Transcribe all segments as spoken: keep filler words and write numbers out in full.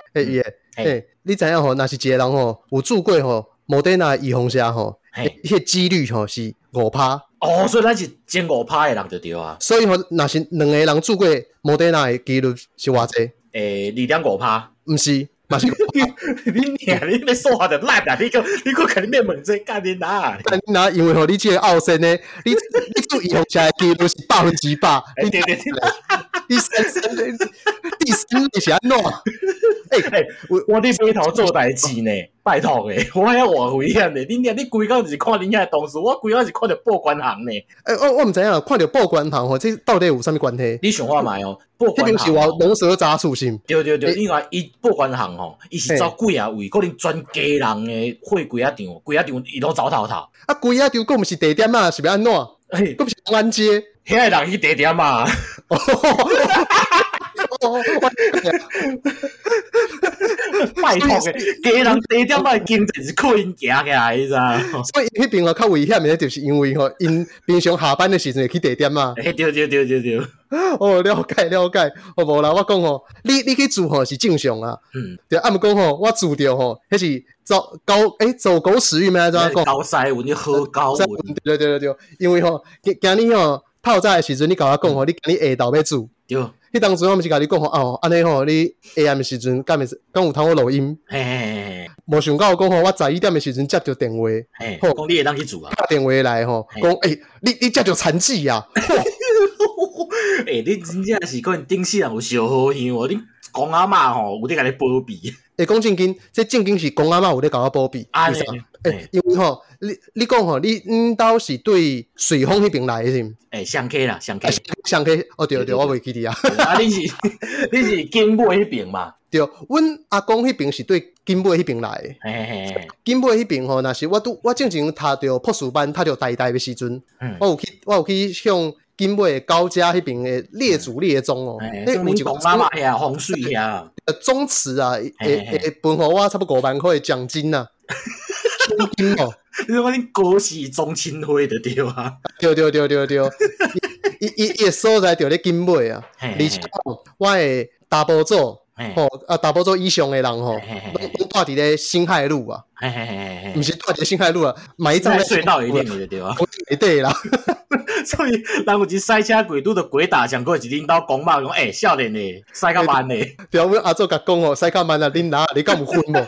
诶伊诶，诶，你知影吼？若是一个人吼有做过吼莫德纳预防针吼，迄个几率吼是五趴。 哦，所以咱是前五趴的人就对啊。 所以吼，若是两个人做过莫德纳的几率是偌济？ 诶，二点五趴， 毋是。嘛是你娘，你咧数学就烂啊！你个你个肯定面问这干你哪？ 干你哪？因为吼，你这个奥森呢，你你做预防针的几率是百分之百。 对对对， 第三三第三类是安怎？ 诶诶，我我伫码头做代志呢，拜托诶，我还偌危险呢！你娘，你规工就是看恁遐同事，我规工是看着报关行呢。 诶，我我毋知影，看着报关行吼，这到底有啥物关系？ 你想看卖哦，报关行迄边是话龙蛇杂处是？ 对对对，因为伊报关行吼，伊是走几啊位，可能专家人诶会几啊场，几啊场伊拢走透透。 啊，几啊场，佫毋是地点啊，是要安怎？ 嘿， 佫毋是公安街？ 遐人去地点啊。拜托诶，家人地点仔经济是靠因行起来，你知道？ 所以迄边吼较危险诶，就是因为吼，因平常下班诶时阵会去地点嘛。 嘿，对对对对对。 哦，了解了解。哦，无啦，我讲吼，你你去住吼是正常啊。嗯。对，啊，毋讲吼，我住着吼，迄是走高诶走狗屎运咩？安怎讲？ 高塞运，你好高运。 对对对对，因为吼，今日吼透早诶时阵，你甲我讲吼，你今日下昼要住。 对。 迄当时我毋是甲你讲吼，哦，安尼吼，你下暗诶时阵，敢会敢有通我录音？ 嘿嘿嘿。 无想到讲吼，我十一点诶时阵接着电话， 吼，讲你会当去住啊？ 打电话来吼，讲诶，你你接着残疾啊！ 诶，你真正是可能顶世人有烧好香哦！你公阿嬷吼有咧甲你保庇。 诶，讲正经，这正经是公阿嬷有咧甲我保庇。 啊， 诶，因为吼，你你讲吼，你恁兜是对水丰迄边来的是？ 诶，上 K 啦，上 K， 上 K， 哦对对，我袂记得啊。 啊，你是你是金尾迄边嘛？ 对，阮阿公迄边是对金尾迄边来的。 嘿嘿嘿。 金尾迄边吼，若是我拄我正正读着博士班，读着台大的时阵，我有去我有去向金尾高家迄边的列祖列宗哦。 诶，有一个妈妈遐风水遐， 宗祠啊，会会分互我差不多五万块的奖金呐。奖金哦。 你说你国是宗亲会的对啊？ 对对对对对，伊伊伊个所在就咧金尾啊，而且吼，我的大伯祖吼啊，大伯祖以上的人吼，拢拢住伫咧辛亥路啊，毋是住伫咧辛亥路啊，埋葬咧隧道一定的对啊， 内底啦。 所以人有一塞车轨拄着鬼打墙，过一领导讲嘛，讲诶，少年诶，塞较慢诶。 对啊，阮阿祖甲讲吼，塞较慢啊，恁哪你敢有分无？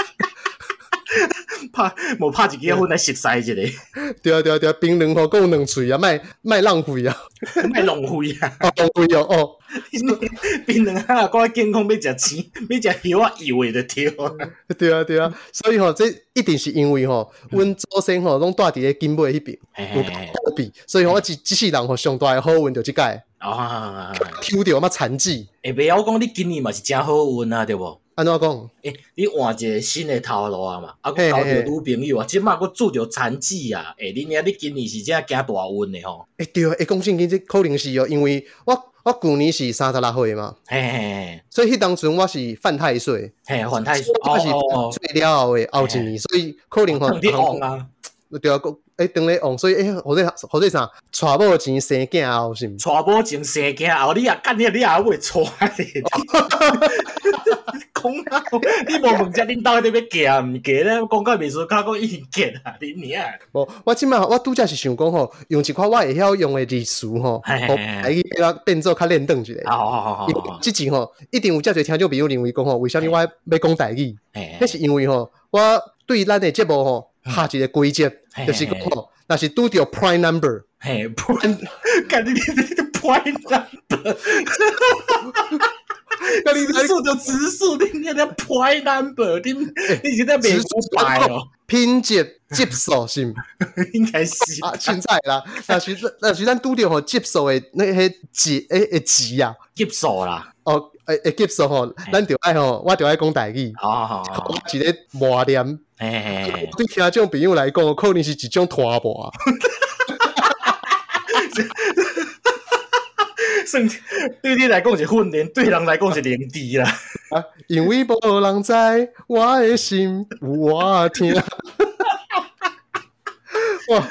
拍无拍一支粉来熟悉一下。 对啊对啊对啊，槟榔吼，有两喙啊，卖卖浪费啊， 卖浪费啊， 浪费哦哦。 槟榔啊，讲健康要食青，要食叶啊油的对啊。 对啊对啊，所以吼，这一定是因为吼，阮祖先吼拢住伫咧金尾迄边，有保庇，所以吼我一一世人吼上大的好运就即届。啊，抽到嘛残疾。 诶，袂晓讲你今年嘛是真好运啊，对无？ 安怎讲？ 诶，你换一个新的头路啊嘛，啊，佮交着女朋友啊，即摆佮拄着残疾啊，诶，你娘，你今年是真行大运的吼。 诶，对啊，诶，讲正经，这可能是哦，因为我我旧年是三十六岁嘛， 嘿嘿嘿， 所以迄当阵我是犯太岁， 嘿，犯太岁， 我是犯岁了后的后一年，所以可能吼， 你旺啊。 对啊，诶，当咧旺，所以诶，或者或者啥，娶某钱生囝后是毋？ 娶某钱生囝后，你啊干你，你也会娶咧。讲啊，你无问遮恁兜迄个要嫁毋嫁咧？讲到袂输，较讲已经嫁啊，你娘！ 无，我即摆我拄则是想讲吼，用一款我会晓用的字词吼，互来去变变做较练转一下。 好好好好。 即集吼，一定有遮侪听众朋友认为讲吼，为虾米我要讲台语？迄是因为吼，我对咱的节目吼下一个规则，就是讲吼，若是拄着 prime number， 嘿 ，prime， 干你你你 prime number。那你指数就指数，你你那 prime number， 你你现在美股牌哦， 拼接接数是毋？ 应该是啊，凊彩啦。若是若是咱拄着吼接数的那迄字诶诶字啊， 接数啦。 哦，诶诶接数吼，咱着爱吼，我着爱讲台语。 好好好， 一个磨念。 嘿， 对听众朋友来讲，可能是一种拖磨。 算对你来讲是训练，对人来讲是灵智啦。 啊，因为无人知我的心有我听。哇，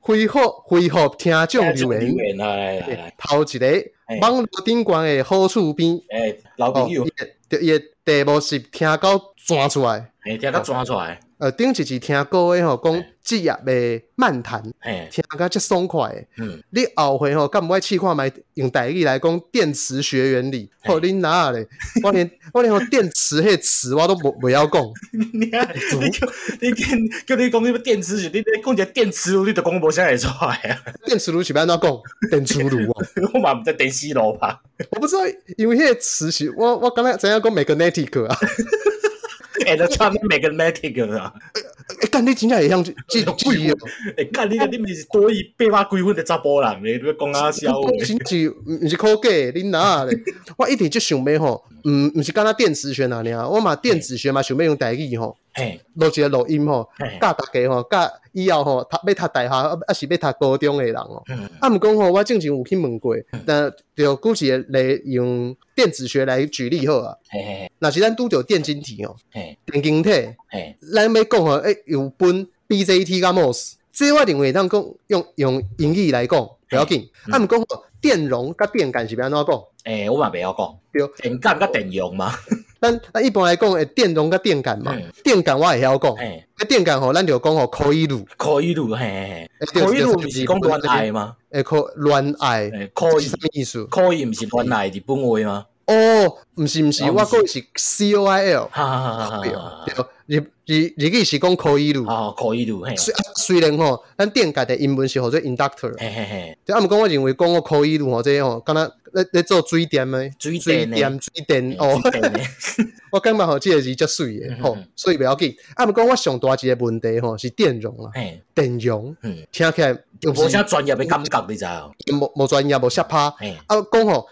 恢复恢复听众留言， 言来来来， 头一个网络顶悬的好处边， 诶，老朋友， 伊的题目是听到钻出来， 诶，听到钻出来。 呃，顶一集听过的吼，讲职业的漫谈，听到这爽快的。嗯，你后回吼，敢唔爱试看卖用台语来讲电磁学原理？吼，你哪咧？我连我连电磁迄词我都无袂晓讲。 你啊，你叫你叫你讲什么电磁学？你你讲一个电磁炉，你就讲无啥会出来啊？ 电磁炉是要安怎讲？电磁炉哦， 我嘛毋知电磁炉吧？ 我不知道，因为迄个词是我我刚才知影讲 magnetic 啊。 哎，都穿 magnetic 啊！ 哎，干你真正会晓这这句哦！ 哎，干你个你毋是多伊八百几分的查甫人，你要讲啊笑？ 真是毋是考假，你哪咧？我一直就想要吼，毋毋是干那电磁学哪尔，我嘛电子学嘛想要用台语吼，录一个录音吼，教大家吼，教以后吼，读要读大学，还是要读高中的人哦。啊，毋讲吼，我正前有去问过，但就举一个例用电子学来举例好啊。若是咱拄着电晶体哦，电晶体，咱要讲吼，诶，有分 B J T 甲 M O S， 这我认为咱讲用用英语来讲不要紧。啊，毋讲吼，电容甲电感是要安怎讲？ 诶，我嘛袂晓讲。对，电感甲电容嘛。 咱咱一般来讲，诶，电容甲电感嘛，电感我会晓讲。诶，电感吼，咱就讲吼可以路， 可以路，嘿嘿。可以路毋是讲恋爱吗？ 诶，可恋爱， 可以是啥物意思？ 可以毋是恋爱日本话吗？ 哦，毋是毋是，我讲是 C O I L。 哈哈哈！对， 日日日语是讲可以路。 哦，可以路，嘿。 虽虽然吼，咱电感的英文是号做 inductor。嘿嘿嘿。就啊，毋讲我认为讲个可以路吼，这吼，敢若咧咧做水电诶， 水电水电哦。我感觉吼，即个字足水诶，吼，所以袂要紧。啊，毋讲我上大一个问题吼，是电容啊，电容，听起来无啥专业的感觉，你知哦？ 无无专业，无适拍。啊，讲吼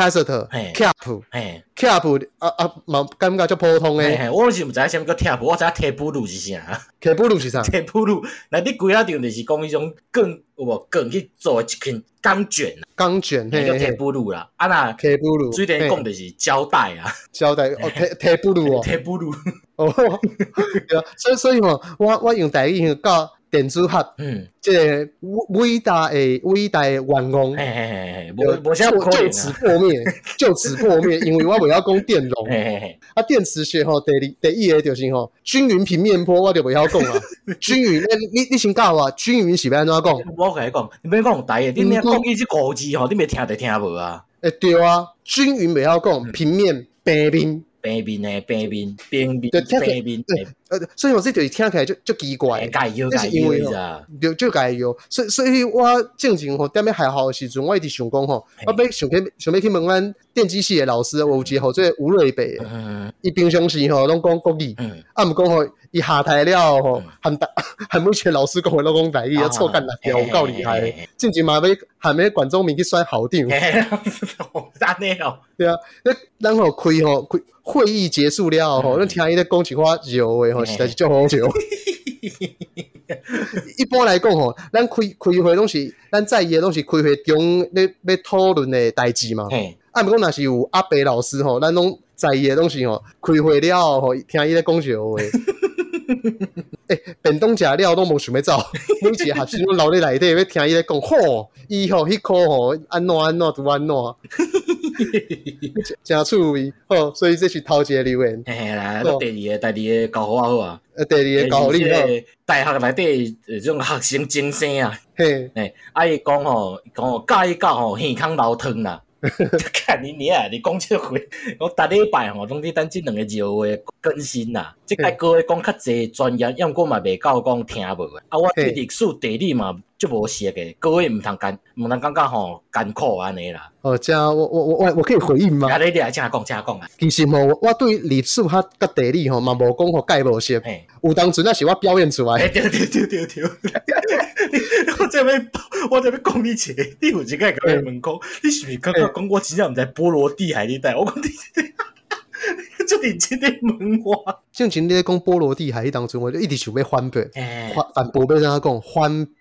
capacitor、cap、cap 啊啊，嘛感觉足普通诶。 我是毋知啥物叫 cap， 我知影 tape 路是啥。 tape 路是啥 ？tape 路，那你规啊场就是讲迄种钢有无钢去做一圈钢卷， 钢卷， 迄叫 tape 路啦。啊那 tape 路， 水电讲就是胶带啊， 胶带哦 tape 路哦 tape 路哦，对啊，所以所以吼，我我用台语教电子学，嗯，即个伟大诶伟大诶愿望， 嘿嘿嘿，无无啥可能就此破灭，就此破灭，因为我袂晓讲电容，嘿嘿嘿，啊电磁学吼，第二第一个就是吼均匀平面波，我就袂晓讲啊，均匀，你你先教我，均匀是要安怎讲？ 我甲你讲，你免讲台语，你若讲伊即五字吼，你袂听就听无啊。 诶，对啊，均匀袂晓讲，平面平面。 平面诶，平面，平面，平面， 呃，所以我这就是听起来就就奇怪， 介腰介腰咋？ 就就介腰，所以所以我正经吼，踮咧还好诶时阵，我一直想讲吼，我要想去想要去问咱电机系诶老师，有一个号做吴瑞北，伊平常时吼拢讲国语，啊毋讲吼，伊下台了吼，含大含每个老师讲话拢讲台语，啊错干六条，有够厉害。正经嘛要含要管中明去选校长， 安尼哦，对啊，那咱吼开吼开。会议结束了吼，咱听伊咧讲一寡热话吼，实在是足好笑。一般来讲吼，咱开开会拢是咱在意的拢是开会中咧要讨论的代志嘛。啊，毋讲若是有阿伯老师吼，咱拢在意的拢是吼，开会了吼，听伊咧讲热话。诶，便当食了拢无想要走，每一个学生拢留咧内底要听伊咧讲，吼，伊吼迄科吼安怎安怎拄安怎。真趣味，好，所以这是头一个留言。 嘿啦，第二个，第二个教我好啊。 呃，第二个教你好。 大学内底这种学生精神啊，嘿，诶，啊伊讲吼，讲吼介意到吼耳孔流汤啦。看你你啊，你讲这话，我逐礼拜吼，拢伫等即两个热话更新啦。即个各位讲较济专业，要毋过嘛袂够讲听无啊。啊，我对历史地理嘛足无熟嘅，各位毋通干，毋通感觉吼艰苦安尼啦。 哦，这样我我我我可以回应吗？ 啊，你你来请讲，请讲啊。 其实吼，我对历史较甲地理吼嘛无讲吼介无熟，有当阵那是我表演出来。 对对对对对。我这边我这边讲你一个，你有一个甲我问讲，你是毋是感觉讲我真正毋知波罗的海你带？我讲你，这认真咧问我。 正前咧讲波罗的海迄当中，我就一直想要反驳，反反驳要怎讲反驳？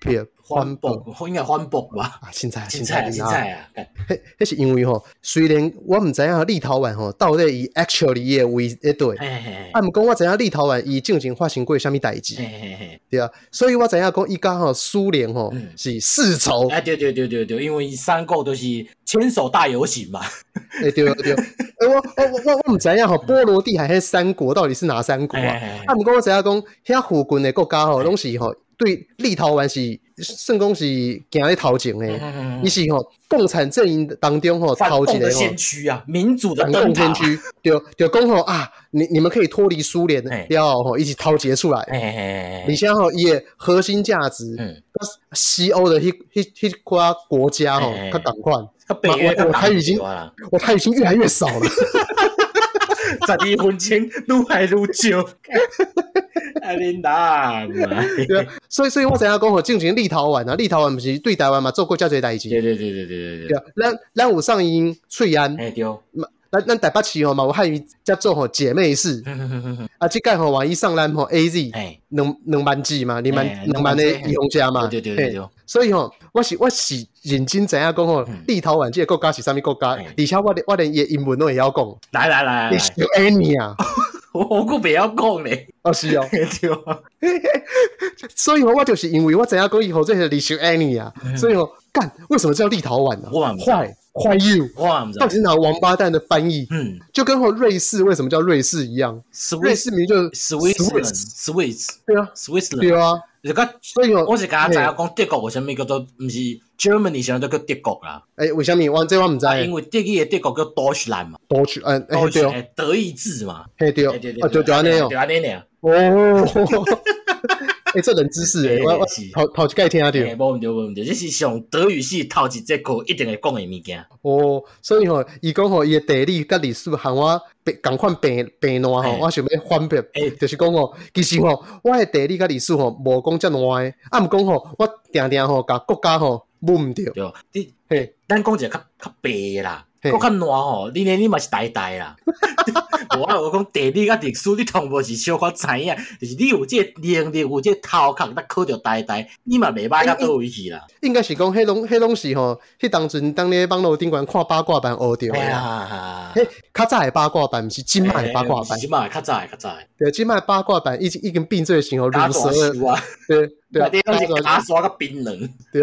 环保，应该环保吧？ 啊，凊彩凊彩凊彩啊！ 迄迄是因为吼，虽然我毋知影立陶宛吼到底伊 actually 伊的位诶对，啊，毋过我知影立陶宛伊正经发生过啥物代志，对啊，所以我知影讲伊甲吼苏联吼是世仇。 哎，对对对对对，因为三国都是牵手大游行嘛。 哎，对对，我我我我毋知影吼，波罗的海迄三国到底是哪三国啊？啊，毋过我知影讲遐附近的国家吼，拢是吼对立陶宛是算讲是行咧头前诶，伊是吼共产阵营当中吼头一个先驱啊，民主的反共先驱，就就讲吼啊，你你们可以脱离苏联，了后吼一起头结出来，而且吼伊诶核心价值，嗯，西欧的迄迄迄寡国家吼，较同款。我我台语已经我台语已经越来越少了， 十二分钟愈来愈少，啊恁哪？ 对啊，所以所以我知影讲吼，进行立陶宛啊，立陶宛不是对台湾嘛做过遮侪代志， 对对对对对对对，咱咱有上因翠安， 哎对。 咱咱台北市吼嘛有汉语叫做吼姐妹市，啊，即届吼万一上咱吼 A Z 两两万字嘛，两万两万的移工家嘛， 对对对对， 所以吼我是我是认真知影讲吼，立陶宛这个国家是啥物国家，而且我我连伊的英文都会晓讲。 来来来来， 有 Annie 啊， 我我不晓讲咧， 哦是哦， 对， 所以我就是因为我知影讲以后这是李修 Annie 啊，所以吼干为什么叫立陶宛呢？坏。坏 you， 到底是哪个王八蛋的翻译？嗯，就跟后瑞士为什么叫瑞士一样，瑞士名就 Swiss，Swiss， 对啊 ，Switzerland， 对啊， 所以我是刚刚知影讲德国为什么叫做不是 Germany， 现在都叫德国啦。 诶，为什么？我这我唔知。 因为德语的德国叫 Deutschland 嘛 ，Deutsch， 嗯，诶对， 德意志嘛， 嘿对， 对对对，就就安尼哦， 就安尼尔。 哦。欸、这冷知识诶、欸，我我头头一届听到。 诶，无毋对，无毋对，这是上德语系头一节课一定会讲诶物件。 哦，所以吼，伊讲吼，伊诶地理甲历史含我共款变变烂吼，我想要翻别，诶、欸，就是讲吼，其实吼，我诶地理甲历史吼，无讲遮烂诶，啊，毋讲吼，我定定吼，甲国家吼摸毋着。 对，你嘿，咱讲一个较较白诶啦。我较烂吼，你呢？你嘛是呆呆啦。我我讲地理甲历史，你同无是小可知影，就是你有这个能力，有这个头壳，咱考着呆呆，你嘛袂歹到倒位去啦。 应该是讲，迄拢迄拢是吼，迄当阵当咧网络顶悬看八卦版学着诶啦。迄较早诶八卦版，毋是今卖诶八卦版。 今卖较早诶，较早诶。 对，今卖八卦版已经已经变做成吼乳蛇。对对， 对，那是假刷甲冰冷。 对。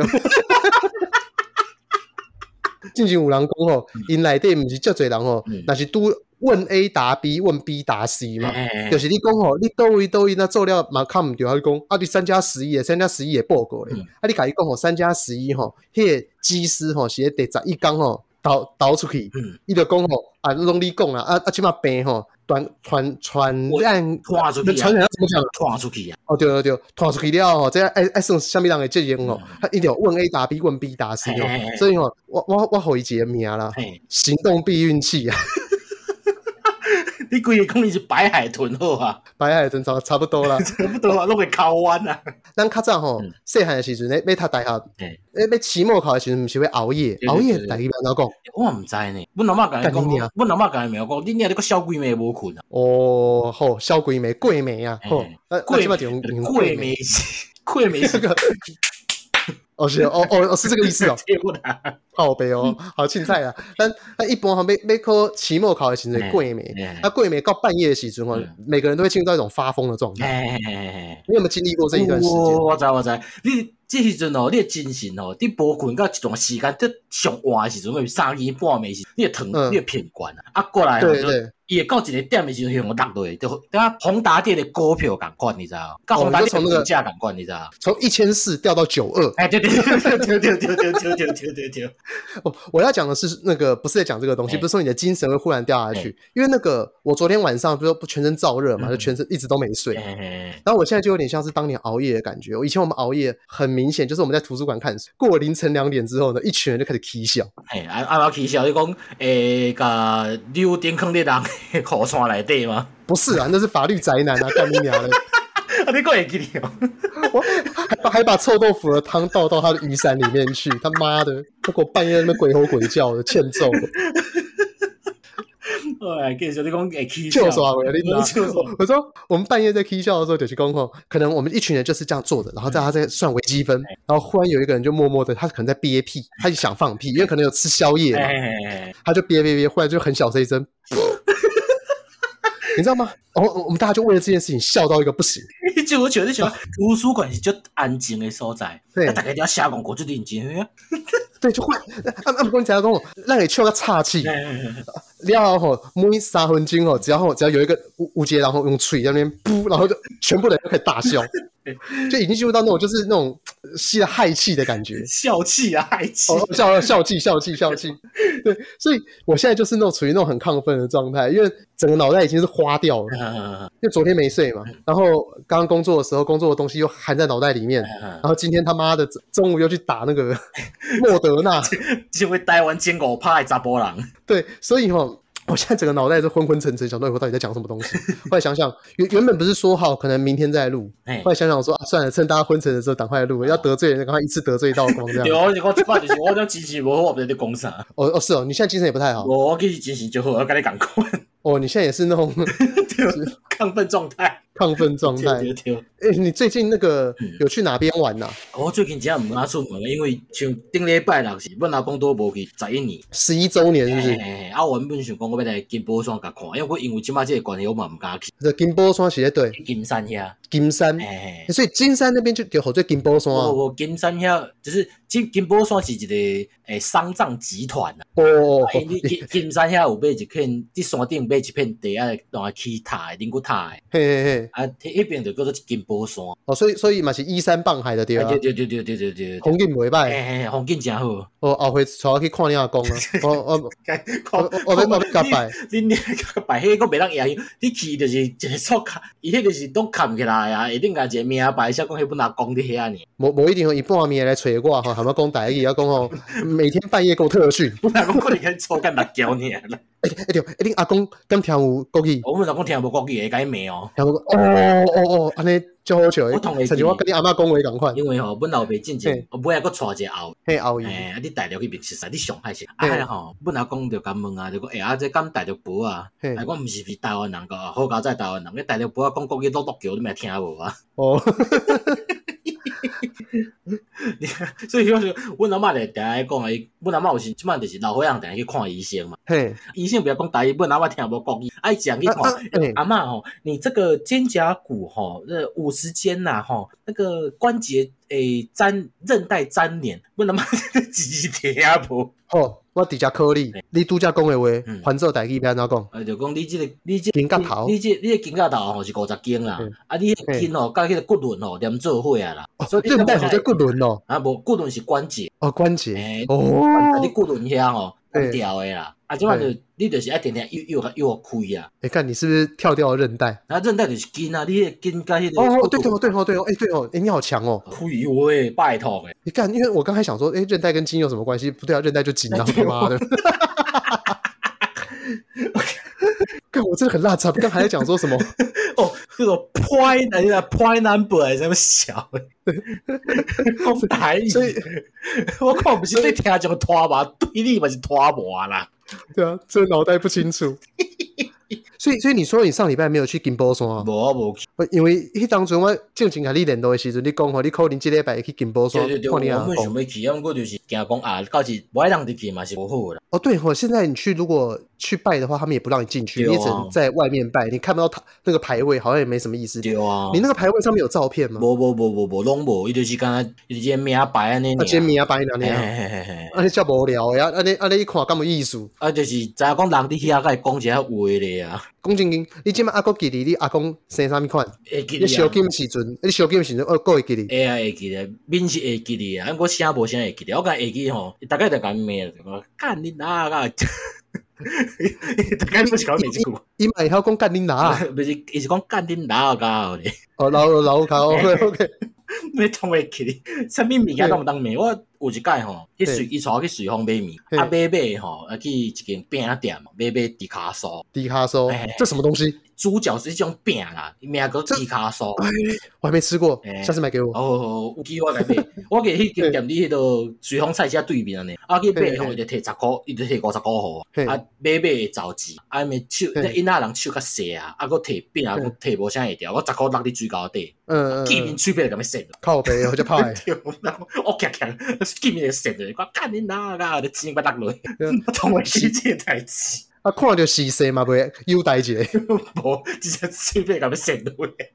进前有人讲吼，因内底毋是足侪人吼，但是拄问 A 答 B， 问 B 答 C 嘛，就是你讲吼，你倒位倒位那做了嘛看毋着，他讲啊，你三加十一诶，三加十一诶报告咧，啊，你甲伊讲吼，三加十一吼，迄个机师吼是第十一工吼投投出去，伊就讲吼啊，拢你讲啦，啊啊，即马病吼传传传染， 传出去， 传染怎么讲？ 传出去啊！ 哦对对对，传出去了吼，这爱爱算虾米人诶责任吼，他一定要问 A 答 B， 问 B 答 C 哦，所以吼，我我我互伊一个名啦，行动避孕器啊。 你规个讲你是白海豚好啊？ 白海豚差差不多啦， 差不多啊，拢会考弯啊。 咱较早吼，细汉的时阵咧，要读大学，诶，要期末考的时阵，毋是会熬夜，熬夜大家安怎讲？ 我毋知呢。阮阿嬷甲伊讲，阮阿嬷甲伊咪讲，你娘你个小鬼妹无困啊？ 哦，好，小鬼妹，贵妹啊，好， 贵妹，贵妹，贵妹是个。 哦是哦哦是这个意思哦，靠北哦，好凊彩啊！但但一般哈，要要考期末考的时阵过暝，啊过暝到半夜的时阵哈，每个人都会进入到一种发疯的状态。你有没有经历过这一段时间？ 我知我知，你这时阵哦，你的精神哦，你无困到一段时间，你上晚的时阵，maybe三更半暝时，你的疼，你的偏关啊，啊过来对对。 伊会到一个点的时阵，向我落落，就等下宏达电的股票共款，你知道？甲宏达电的股价共款，你知道？ 从一千四掉到九二， 哎，对对对对对对对对对对对对。 哦，我要讲的是那个，不是在讲这个东西，不是说你的精神会忽然掉下去，因为那个我昨天晚上不是不全身燥热嘛，就全身一直都没睡，然后我现在就有点像是当年熬夜的感觉。以前我们熬夜很明显就是我们在图书馆看书，过了凌晨两点之后呢，一群人就开始起笑。 哎，啊啊起笑，你讲诶，甲溜顶坑的人裤穿来。对吗？ 不是啊，那是法律宅男啊，干你娘的！ 你个会记得哦， 我还还把臭豆腐的汤倒到他的雨伞里面去，他妈的！结果半夜那边鬼吼鬼叫的，欠揍。 哎，跟你说你讲会起笑耍我，你知道？我说我们半夜在 K 笑的时候，就是讲吼，可能我们一群人就是这样坐着，然后大家在算微积分，然后忽然有一个人就默默的，他可能在憋屁，他就想放屁，因为可能有吃宵夜嘛，他就憋憋憋，忽然就很小声一声，你知道吗？然后我们大家就为了这件事情笑到一个不行。 就我觉得像图书馆是就安静的所在，对，大家都要写广告就认真。 对，就会啊啊！不过你讲讲，让你笑到岔气。了后吼，每三分钟吼，只要吼只要有一个有有一个人后用嘴在那边噗，然后就全部人都开始大笑，就已经进入到那种就是那种吸了氦气的感觉， 笑气啊，氦气， 哦，笑笑气，笑气，笑气。对，所以我现在就是那种处于那种很亢奋的状态，因为整个脑袋已经是花掉了，因为昨天没睡嘛，然后刚刚工作的时候，工作的东西又含在脑袋里面，然后今天他妈的中午又去打那个莫德纳， 就会台湾坚果派查甫人。 对，所以吼。我现在整个脑袋是昏昏沉沉，想到我到底在讲什么东西。后来想想，原原本不是说好可能明天再录，后来想想说啊，算了，趁大家昏沉的时候赶快录，要得罪人赶快一次得罪到光这样。 对，我我这摆就是我这精神不好，我不知道你讲啥。 哦哦是哦，你现在精神也不太好。 我我其实精神就好，我跟你讲过。 哦，你现在也是那种亢奋状态。 亢奋状态，对对对。哎、欸，你最近那个有去哪边玩呐、啊嗯？我最近真的唔敢出门，因为像顶礼拜六是阮阿公都无去十一年， 十一周年是不是？ 哎、欸，啊，我原本想讲我要来金宝山甲看，因为我因为即马这个关系，我嘛唔敢去。 这金宝山是在对金山遐， 金山，哎、欸，所以金山那边就就好做金宝山啊。 我金山遐就是金金宝山是一个诶、欸、丧葬集团啊。 哦哦哦。你金金山遐有买一片，伫山顶买一片地啊，让它起塔的，灵骨塔的。 嘿嘿嘿。 啊，迄边就叫做金宝山。 哦，所以所以嘛是依山傍海的对啊。 对对对对对对对。 风景袂歹。 嘿嘿，风景真好。 哦，后回带我去看你阿公啊。我我我我要我要甲拜。 你你甲拜，迄个袂当赢。你去就是一个错卡，伊迄个是拢扛起来啊，一定甲一个名牌，写讲迄本阿公伫遐尔。 无无一定吼，伊半暝来找我吼，含要讲台语，要讲吼，每天半夜给我特训。 我阿公可能去错干六条尔啦。 哎哎对，一定阿公敢听有国语？ 我们阿公听无国语，会甲伊骂哦。 听无哦哦哦，安尼就好笑诶。甚至我跟你阿嬷讲话共款。 因为吼，阮老爸进前，我尾仔佫带一个后， 嘿后伊。 诶，啊，你大陆去面熟识，你上海是，啊吼，阮阿公就甲问啊，就讲，诶啊，这敢大陆婆啊？啊，我毋是是台湾人个，好佳在台湾人，你大陆婆讲国语录录叫，你咪听无啊？哦。所以就是阮阿嬷就定爱讲啊，阮阿嬷有时即摆就是老岁仔定爱去看医生嘛。嘿，医生不要讲台语，阮阿嬷听无国语，爱讲去看。阿嬷吼，你这个肩胛骨吼，这五十肩呐吼，那个关节诶粘韧带粘连，阮阿嬷几听无。 好，我直接考你，你拄则讲诶话，翻做台语要安怎讲？ 呃，就讲你即个，你即肩胛头， 你即你个肩胛头吼是五十斤啦，啊，你迄筋吼，甲迄个骨轮吼连做伙啊啦。 所以韧带好在骨轮哦， 啊，无骨轮是关节。 哦，关节。 哦，你骨轮遐吼断掉诶啦，啊，即摆就你就是爱定定又又又开啊。 你看你是不是跳掉了韧带？ 啊，韧带就是筋啊，你迄筋甲迄个。 哦，对对对哦对哦，哎对哦，哎你好强哦。 开喂，拜托诶。 你看，因为我刚才想说，哎，韧带跟筋有什么关系？不对啊，韧带就筋啊，他妈的。看我真的很辣差，刚还在讲说什么哦，那种 point 那个 point number 还是什么小的，讲台语，所以我看不是你听种拖麻，对你嘛是拖麻啦。 对啊，这脑袋不清楚。所以，所以你说你上礼拜没有去金宝山啊？ 无，我无去， 因为迄当初我正经甲你联络的时阵，你讲吼，你可能这礼拜会去金宝山看你阿公。 对对对，我本想要去，因为我就是惊讲啊，到时无爱让你去嘛是无好啦。 哦，对吼，现在你去如果去拜的话，他们也不让你进去，你只能在外面拜，你看不到他那个牌位，好像也没什么意思。 对啊， 你那个牌位上面有照片吗？ 无无无无无，拢无，伊就是敢若伊一个名牌安尼。 啊，一个名牌安尼啊，安尼遮无聊的啊，安尼安尼一看敢有意思。 啊，就是知影讲人伫遐甲伊讲一下话咧啊。 讲正经，你即摆阿哥记哩，你阿公生啥物款？ 会记哩啊！你烧金时阵，你烧金时阵，哦，哥会记哩。 会啊，会记哩，面是会记哩啊。我声无声会记哩，我甲会记吼，大概就甲骂，讲干你哪个？大概不是讲你这句。 伊嘛会晓讲干你哪？ 不是，伊是讲干你哪个咧？ 哦，老老卡 ，OK OK。 你通会记哩？啥物物件都毋当骂，我有一摆吼，去随伊带我去随风买面，啊买买吼，啊去一间饼店买买迪卡酥。 迪卡酥，这什么东西？ 猪脚是一种饼啦，名叫迪卡酥。 我还没吃过，下次买给我。 哦，有机会来买。我记迄间店伫迄个随风菜市对面安尼，啊去买吼，伊就摕十箍，伊就摕五十箍互我。啊买买走钱，啊咪手，那因仔人手较细啊，啊佫摕饼啊佫摕无啥会调，我十箍落伫水沟底。嗯嗯。见面喙边就咁样搧。 靠背，我就怕。 我强强，见面就搧咗，我干你哪个？你钱要落落，同我世界代志。 啊，看到死死嘛，袂有代志。 无，直接随便咁样搧落去。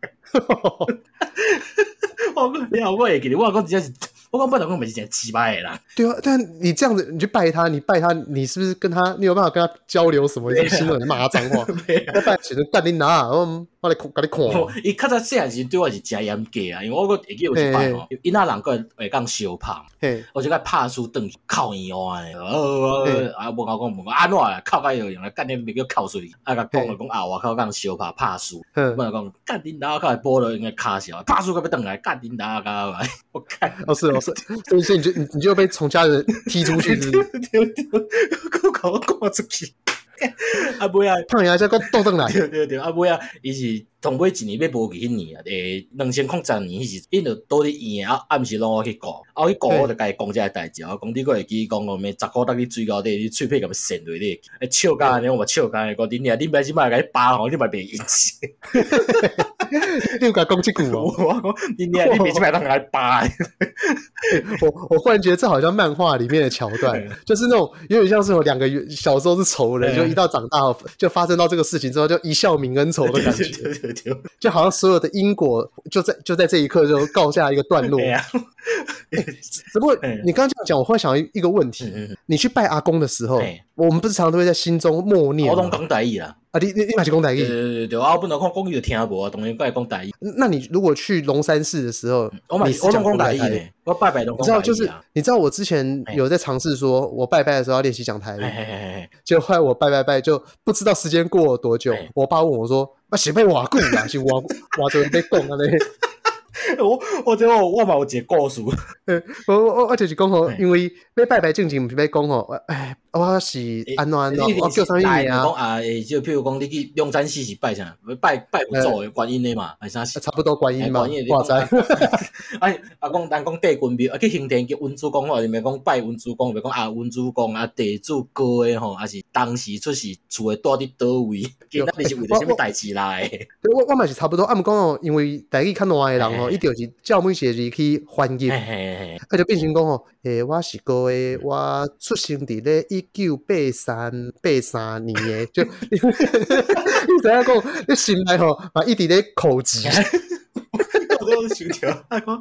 我你好，我会记得，我讲真是，我讲本来讲不是真奇葩的啦。 对啊，但你这样子，你去拜他，你拜他，你是不是跟他，你有办法跟他交流什么？你心里骂他脏话，要拜时阵干你哪？我我来甲你看。 伊较早细汉时对我是真严格啊，因为我个会记有一摆吼，因仔人个会讲相拍，我就甲拍输转去靠伊哇，呃啊，无讲讲无讲安怎啊，靠甲有用啊，干你咪叫靠水，啊甲讲讲啊，我靠讲相拍拍输，我讲干你哪靠波了应该卡小，拍输个要转来干你哪个来，我看哦是哦是，所以所以你就你你就被从家人踢出去，是不是？ 对对对，我搞我赶出去。啊尾啊， 胖爷再个倒转来， 对对对，啊尾啊，伊是同尾一年要无去迄年啊，诶，两千零十年迄时，因就倒伫院啊，暗时拢我去顾，啊我去顾我就甲伊讲这个代志，我讲你个会记讲讲咩，十箍搭你水沟底，你喙皮甲伊搧落去，诶笑甲安尼，我嘛笑甲安尼，讲恁娘，恁摆即摆甲伊扒吼，你嘛袂引起。 你有甲讲这句哦？ 我讲恁娘，你别即摆当甲伊扒。 我我忽然觉得这好像漫画里面的桥段，就是那种有点像是有两个小时候是仇人，就一到长大就发生到这个事情之后，就一笑泯恩仇的感觉，对对对，就好像所有的因果就在就在这一刻就告下一个段落。只不过你刚刚这样讲，我忽然想到一个问题：你去拜阿公的时候，我们不是常常都会在心中默念？ 我拢讲台语啦。 啊，你你你嘛是讲台语？ 对对对，啊，我本来讲讲语就听无啊，当然讲讲台语。 那你如果去龙山寺的时候， 我嘛我拢讲台语呢，我拜拜都讲台语啊。 你知道，就是你知道，我之前有在尝试说，我拜拜的时候要练习讲台语，结果后来我拜拜拜，就不知道时间过了多久，我爸问我说：“啊，是要偌久啦？是偌偌多人在讲安尼？” 我我觉得我我嘛有一个故事， 我我我就是讲吼，因为要拜拜正经不是要讲吼，哎，我是安怎安怎，我叫啥名啊？ 讲啊，就譬如讲你去龙山寺是拜啥？拜拜佛祖的观音的嘛，还是啥？ 差不多观音嘛，我知。 哎，啊讲咱讲地君庙，啊去行天叫文殊公吼，就咪讲拜文殊公，咪讲啊文殊公啊地主哥的吼，还是当时出世厝的住伫倒位，今仔日是为着什么代志来？ 我我嘛是差不多，啊毋讲哦，因为台语较烂的人吼，伊就是照每写字去翻译，啊就变成讲吼，诶，我是个诶，我出生伫咧一九八三八三年诶，就你知影讲，你心内吼嘛一直咧口疾。 我都想着，啊讲，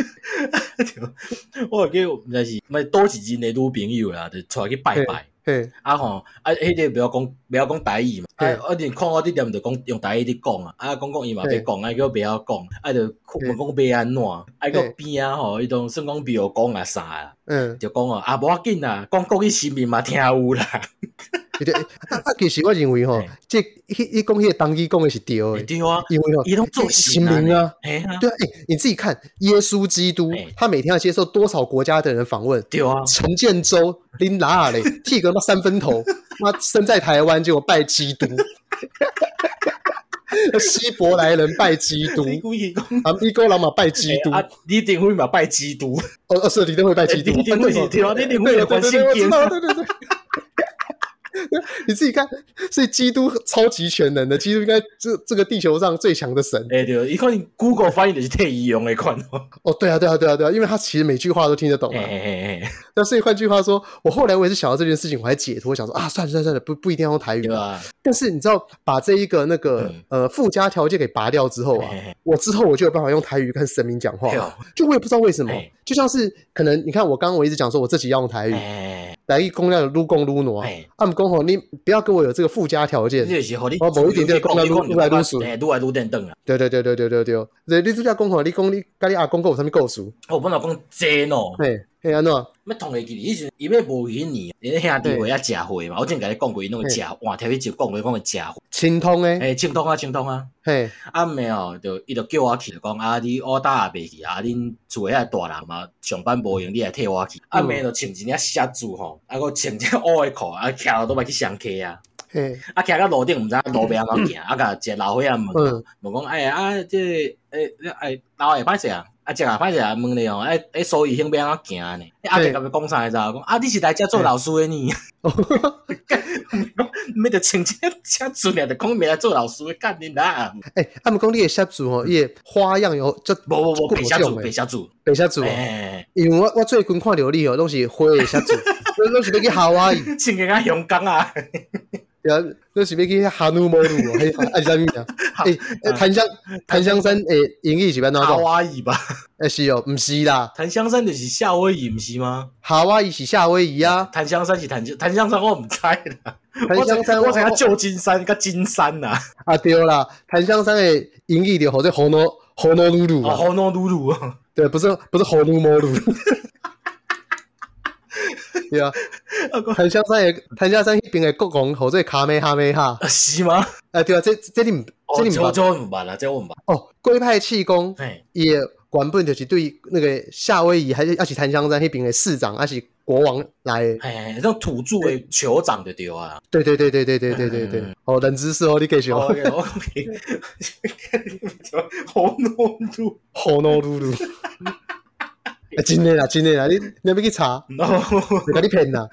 我记毋知是咪多一任的女朋友啦，就出来去拜拜。啊吼，啊，迄个不要讲，不要讲台语嘛。啊，我连看我啲店就讲用台语伫讲啊。啊，讲讲伊嘛要讲，啊，叫不要讲，啊，就问讲要安怎？啊，个边啊吼，伊种算讲比如讲啊啥啊，嗯，就讲哦，啊，无要紧啦，讲国语新民嘛听有啦。 啊，其实我认为吼，这迄伊讲迄个当机讲的是对的， 对啊， 因为吼， 伊拢做新民啊，对啊，哎，你自己看，耶稣基督他每天要接受多少国家的人访问？ 对啊， 陈建州拎哪嘞，剃个妈三分头，妈生在台湾结果拜基督。希伯来人拜基督，啊，美国人嘛拜基督， 啊，李登辉嘛拜基督， 哦哦是李登辉拜基督， 李登辉是对啊，李登辉有关系， 我知道，对对对。你自己看，所以基督超级全能的，基督应该这这个地球上最强的神。 哎、欸，对，一看 Google 翻译的是替伊用的款哦。 哦，对啊，对啊，对啊，对啊，因为他其实每句话都听得懂啊。 哎哎哎， 但是换句话说，我后来我也是想到这件事情，我还解脱，想说啊，算了算了算了，不不一定要用台语啊。但是你知道，把这一个那个、嗯、呃附加条件给拔掉之后啊，我之后我就有办法用台语跟神明讲话，就我也不知道为什么，就像是可能你看我刚刚我一直讲说我自己要用台语。来一公料的撸公撸挪，啊唔讲吼，你不要跟我有这个附加条件，我某一点点公料撸来撸数， 撸来撸电灯啊。 对对对对对对对，对，你主要讲吼，你讲你跟你阿公有啥物故事？ 我本来讲真哦， 嘿，嘿安怎？ 要通会记哩，迄阵伊要无迄年，因兄弟会遐食货嘛，我之前甲你讲过，伊拢会食换条迄集讲过讲会食货。 清通诶， 诶，清通啊，清通啊。 嘿， 啊毋诶哦，就伊就叫我去，讲啊，你乌打也袂去，啊，恁厝诶遐大人嘛，上班无用，你来替我去。啊毋诶，就穿一领写字吼，啊，佮穿一个乌诶裤，啊，徛到倒来去上课啊。嘿，啊，徛到路顶，毋知路边安怎行，啊，甲一个老伙仔问，问讲，哎啊，这诶诶，老伙歹势啊？啊，食啊歹势啊，问你哦，诶诶，所以迄边安怎行呢？啊，就甲伊讲啥个？讲啊，你是来遮做老师诶呢？咪着穿遮遮准啊，着讲咪来做老师诶，干你啦！ 诶，啊，毋讲你诶写字吼，伊诶花样有就无无无，白写字，白写字， 白写字。因为我我最近看着你吼，拢是花诶写字，拢是要去夏威夷， 穿个甲香港啊。 对啊，那是要去哈努摩鲁哦，迄啊是啥物啊？诶，檀香檀香山诶，英语是要怎讲？ 夏威夷吧？ 诶是哦，毋是啦， 檀香山就是夏威夷，毋是吗？ 夏威夷是夏威夷啊， 檀香山是檀香檀香山，我毋知啦。 檀香山我知影旧金山甲金山呐。 啊对啦，檀香山诶英语就号做 Hono Honolulu 啊 ，Honolulu 啊， 对，不是不是 Honolulu。对啊，檀香山诶，檀香山迄边诶国王号做卡梅哈梅哈， 是吗？ 啊对啊，这这你毋这你毋捌？ 这我毋捌啦，这我毋捌。 哦，龟派气功，伊诶原本就是对那个夏威夷还是还是檀香山迄边诶市长，还是国王来诶， 哎，那种土著诶酋长就对啊。 对对对对对对对对对，哦，冷知识哦，你继续。 OK OK， Honolulu Honolulu。啊，真诶啦，真诶啦，你你要去查，就甲你骗啦。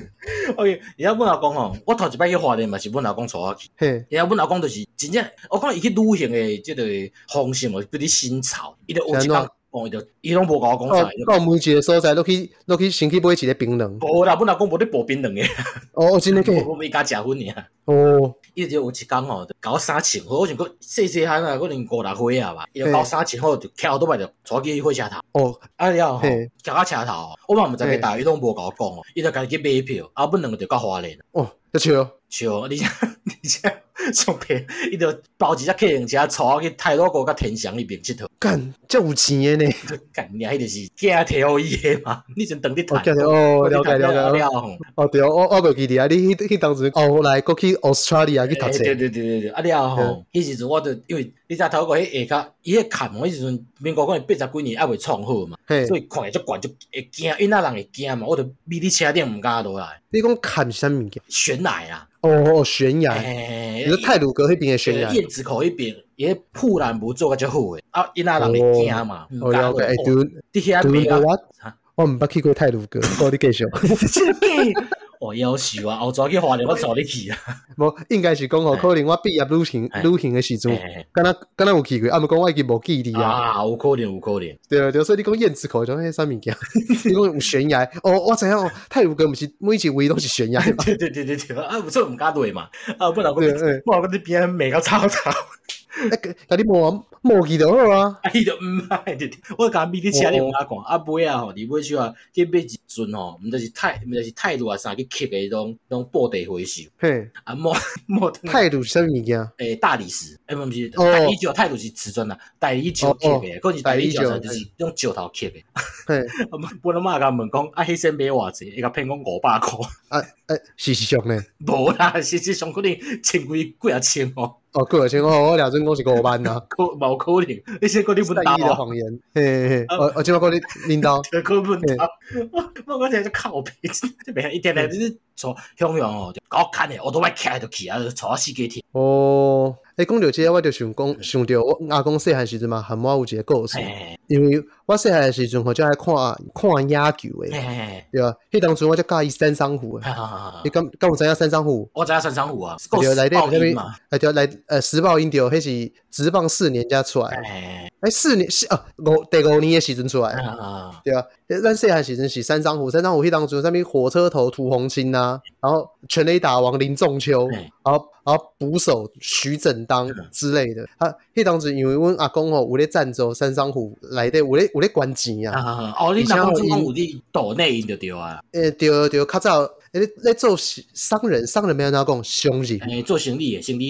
OK，伊遐阮老公吼，我头一摆去花莲嘛是阮老公带我去。嘿，伊遐阮老公就是真正，我讲伊去旅行诶，即个方式哦，比你新潮，伊就有一工。哦，伊就伊拢无甲我讲啥， 到每一个所在，落去落去先去买一个槟榔。 无啦，阮老公无咧薄槟榔诶。 哦，真诶个。 我咪加食薰尔。 哦， 伊就有一工吼，甲我衫穿好，我想讲细细汉啊，可能五六岁啊吧，伊就甲我衫穿好，就徛倒摆就带去火车头。哦，啊了吼，徛到车头，我嘛毋知去倒，伊拢无甲我讲哦，伊就家己去买票，啊，本两个就到花莲。 哦，要笑笑，而且而且上片，伊就包一只客人车，带我去太鲁阁甲天祥迄边佚佗。 干，遮有钱诶呢！ 干，你迄就是囝摕互伊诶嘛？你阵当伫谈。 哦，了解了解了。哦对，我我袂记得啊，你迄迄当时后来过去 Australia 去读册。 对对对对对，啊了吼，迄时阵我就因为你知头个迄下骹，伊迄坎吼，迄时阵民国可能八十几年还未创好嘛，所以看起足悬就会惊，因仔人会惊嘛，我就秘伫车顶毋敢落来。 你讲坎是啥物件？ 悬崖啊！ 哦哦，悬崖，你说太鲁阁迄边的悬崖， 燕子口迄边，伊迄护栏无做个较好诶，啊，因仔人会惊嘛， 哦了解，哎，对， 你遐边啊， 我毋捌去过太鲁阁，所以你继续。 我夭寿啊！后早去花莲，我带你去啊。 无，应该是讲吼，可能我毕业旅行旅行的时阵，敢若敢若有去过，啊，毋讲我已经无记哩啊。 啊，有可能，有可能。 对对，所以你讲燕子口种迄啥物件？你讲有悬崖？哦，我知影哦，太鲁阁毋是每一位都是悬崖嘛？ 对对对对对，啊，有错毋敢落嘛？啊，不然我我我你边美到草草。 哎，甲你摸摸去就好啊！ 啊，伊就毋爱，我甲咪伫车里毋敢看，啊尾啊吼，伫尾手啊，去买一樽吼，毋就是泰，毋就是泰鲁啊啥去吸诶，种种布袋回收。嘿，啊摸摸泰鲁啥物件？ 诶，大理石，诶，毋是，大理酒，泰鲁是瓷砖啦，大理酒吸诶，可是大理酒就是用石头吸诶。嘿，啊，我阿妈甲问讲，啊，迄身买偌济？伊甲骗讲五百箍。 啊，诶，事实上呢？ 无啦，事实上可能千几几啊千哦。 哦，几啊千哦，我了阵讲是五万呐， 可无可能？你先讲你问答的谎言，嘿嘿，我我今麦讲你领导， 可问答，我我这就靠背，这边一天来就是从向阳哦，就搞看诶，我都爱起来就去啊，坐啊四几天。 哦，诶，讲到这我就想讲，想到我阿公细汉时阵嘛，含我有一个故事，因为我细汉时阵我就爱看看野球诶，对吧？迄当初我就介意三商虎诶，你敢敢有知影三商虎？ 我知影三商虎啊， 对，内底有啥物嘛？ 哎，对，来呃，时报音调，迄是职棒四年才出来，哎，四年是啊，五第五年诶时阵出来，对啊，咱细汉时阵是三商虎，三商虎迄当初啥物火车头涂红青啊，然后全垒打王林仲秋，然后然后捕手徐整当之类的，啊，迄当时因为阮阿公吼有咧赞助三商虎内底有咧有咧捐钱啊，哦，你阿公做讲有咧岛内因就对啊， 诶，对对，较早。咧咧做商人，商人要安怎讲？商人， 诶，做生意诶，生意人。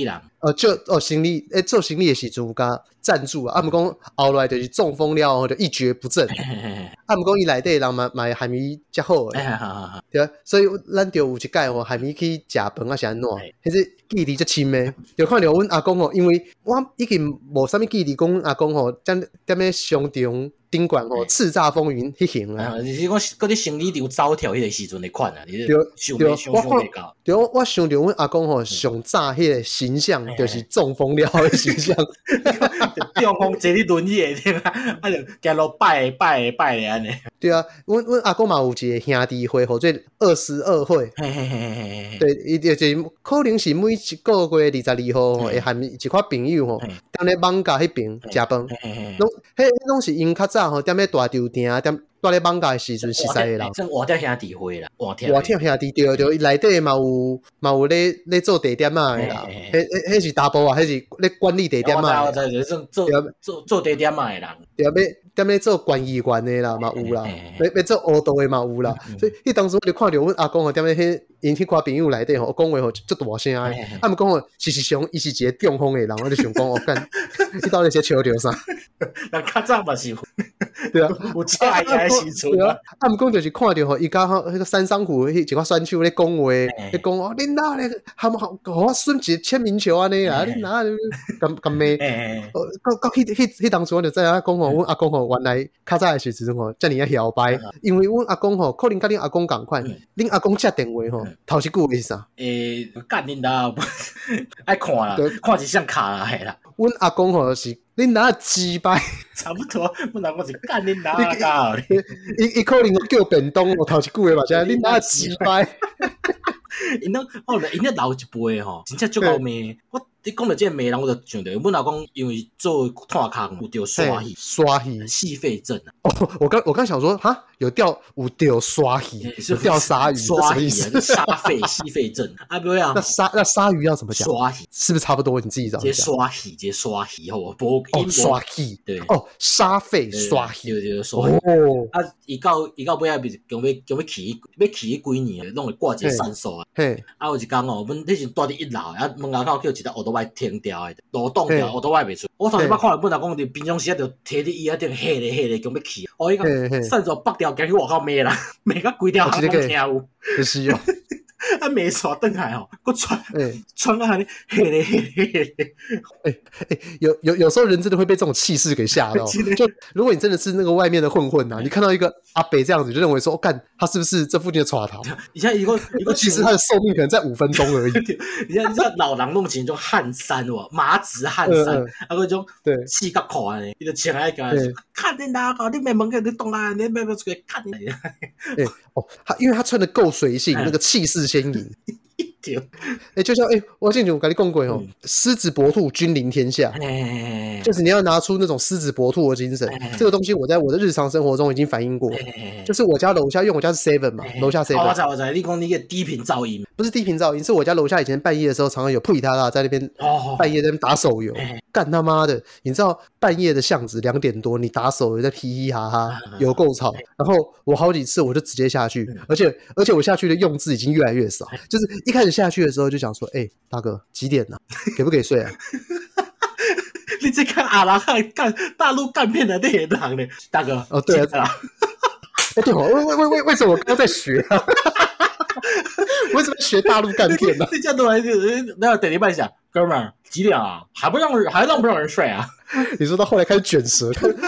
呃，就哦行李诶，做行李的时阵有甲赞助啊，啊，毋讲后来就是中风了后就一蹶不振，啊，毋讲伊内底人嘛嘛海米较好诶，对啊，所以咱就有一届吼海米去食饭啊是安怎，迄个记忆足深诶，就看着阮阿公吼，因为我已经无啥物记忆，讲阿公吼踮踮咧商场顶管吼叱咤风云迄型啊， 你是讲嗰啲行李场走跳迄个时阵的款啊，你对对， 想想袂到， 对，我想着阮阿公吼上早迄个形象就是中风了的形象， 中风坐伫轮椅诶，对啊，啊就行路拜拜拜诶安尼。 对啊，阮阮阿公嘛有一个兄弟会，号做二十二会。对，伊就是可能是每一个月二十二号吼，会含一块朋友吼，踮咧网咖迄边食饭，拢迄拢是因较早吼，踮咧大稻埕，踮蹛咧网咖诶时阵识识诶人。 真活跳兄弟会啦，活跳。 活跳兄弟对对，伊内底嘛有嘛有咧咧做地点啊诶啦，迄迄迄是大部啊，迄是咧管理地点啊。 我知我知，做做做做地点啊诶人。 对啊，要踮咧做管议员诶啦，嘛有啦，要要做黑道诶嘛有啦，所以迄当时我就看着阮阿公吼踮咧迄因迄寡朋友内底吼，讲话吼足大声诶，啊毋讲吼，事实上伊是一个中风诶人，我就想讲，我干，伊到底是笑着啥？ 人较早嘛是， 对啊， 有菜诶时阵啊， 啊毋讲就是看着吼，伊甲吼迄个三商虎迄一寡选手咧讲话，咧讲哦，恁哪咧，含互我孙一个签名球安尼啊，恁哪咁咁咩？哦，到到迄迄迄当时我就知影讲吼，阮阿公吼原来较早诶时阵吼，遮尔啊摇摆，因为阮阿公吼，可能甲恁阿公共款，恁阿公接电话吼。头一句话是啥？ 诶，干恁哪爱看啦，看一相卡啦，系啦。 阮阿公吼是恁哪鸡掰， 差不多。阮阿公是干恁哪教。 伊伊可能叫便当，我头一句话嘛，是恁哪鸡掰。 因那哦，因那老一辈吼，真正足够骂。我你讲到这个骂人，我就想到阮老公因为做炭坑有着刷戏， 刷戏戏肺症啊。 哦，我刚我刚想说，哈，有钓有钓刷戏，有钓鲨鱼， 刷戏啊， 沙肺戏肺症啊，不要。 那鲨那鲨鱼要怎么讲？ 刷戏是不是差不多？你自己找。 直接刷戏，直接刷戏，好不？哦， 刷戏， 对， 哦，沙肺刷戏， 对对刷戏。哦，啊，伊到伊到尾仔，讲要讲要去要去几年，拢会挂一个闪烁啊。 嘿， 啊，有一天哦，阮迄时住伫一楼，啊，门口口叫一只乌托邦停掉诶，路挡掉，乌托邦袂出。我头一摆看到本来讲伫平常时啊，就摕伫椅仔顶下咧下咧，叫要去。哦，伊讲闪烁北条行去外口骂啦，骂甲规条巷拢听有。 就是哦。 啊，没耍邓海哦，我穿穿啊，嘿嘞嘿嘞嘿嘞， 哎哎，有有有时候人真的会被这种气势给吓到。就如果你真的是那个外面的混混呐，你看到一个阿北这样子，就认为说，哦，干他是不是这附近的耍头？ 你像一个一个， 其实他的寿命可能在五分钟而已。 你像这老人弄起那种汗衫哇，麻质汗衫，啊嗰种对气甲裤啊，你就穿来个，看你哪个，你没门口你懂啦，你没没出去看你。 哎哦，他因为他穿的够随性，那个气势先赢。哎、欸，就像哎、欸，我之前有跟你讲过哦，狮子搏兔，君临天下，就是你要拿出那种狮子搏兔的精神。这个东西我在我的日常生活中已经反映过，就是我家楼下，因为我家是 seven 嘛，楼下 seven。 我知我知，你讲你个低频噪音， 不是低频噪音，是我家楼下以前半夜的时候，常常有屁他啦在那边，半夜在那边打手游，干他妈的！你知道半夜的巷子两点多，你打手游在嘻嘻哈哈，有够吵。然后我好几次我就直接下去，而且而且我下去的用字已经越来越少，就是一开始下去的时候就讲说，哎、欸，大哥几点了、啊？给不给睡啊？ 你在看阿拉汉干大陆干片的内容呢？大哥哦，对啊，哎、欸、对哦，为为为为什么我刚刚在学啊？为什么学大陆干片呢、啊？ 这样都来，那等一半想，哥们儿几点啊？还不让人还让不让人睡啊？ 你说到后来开始卷舌。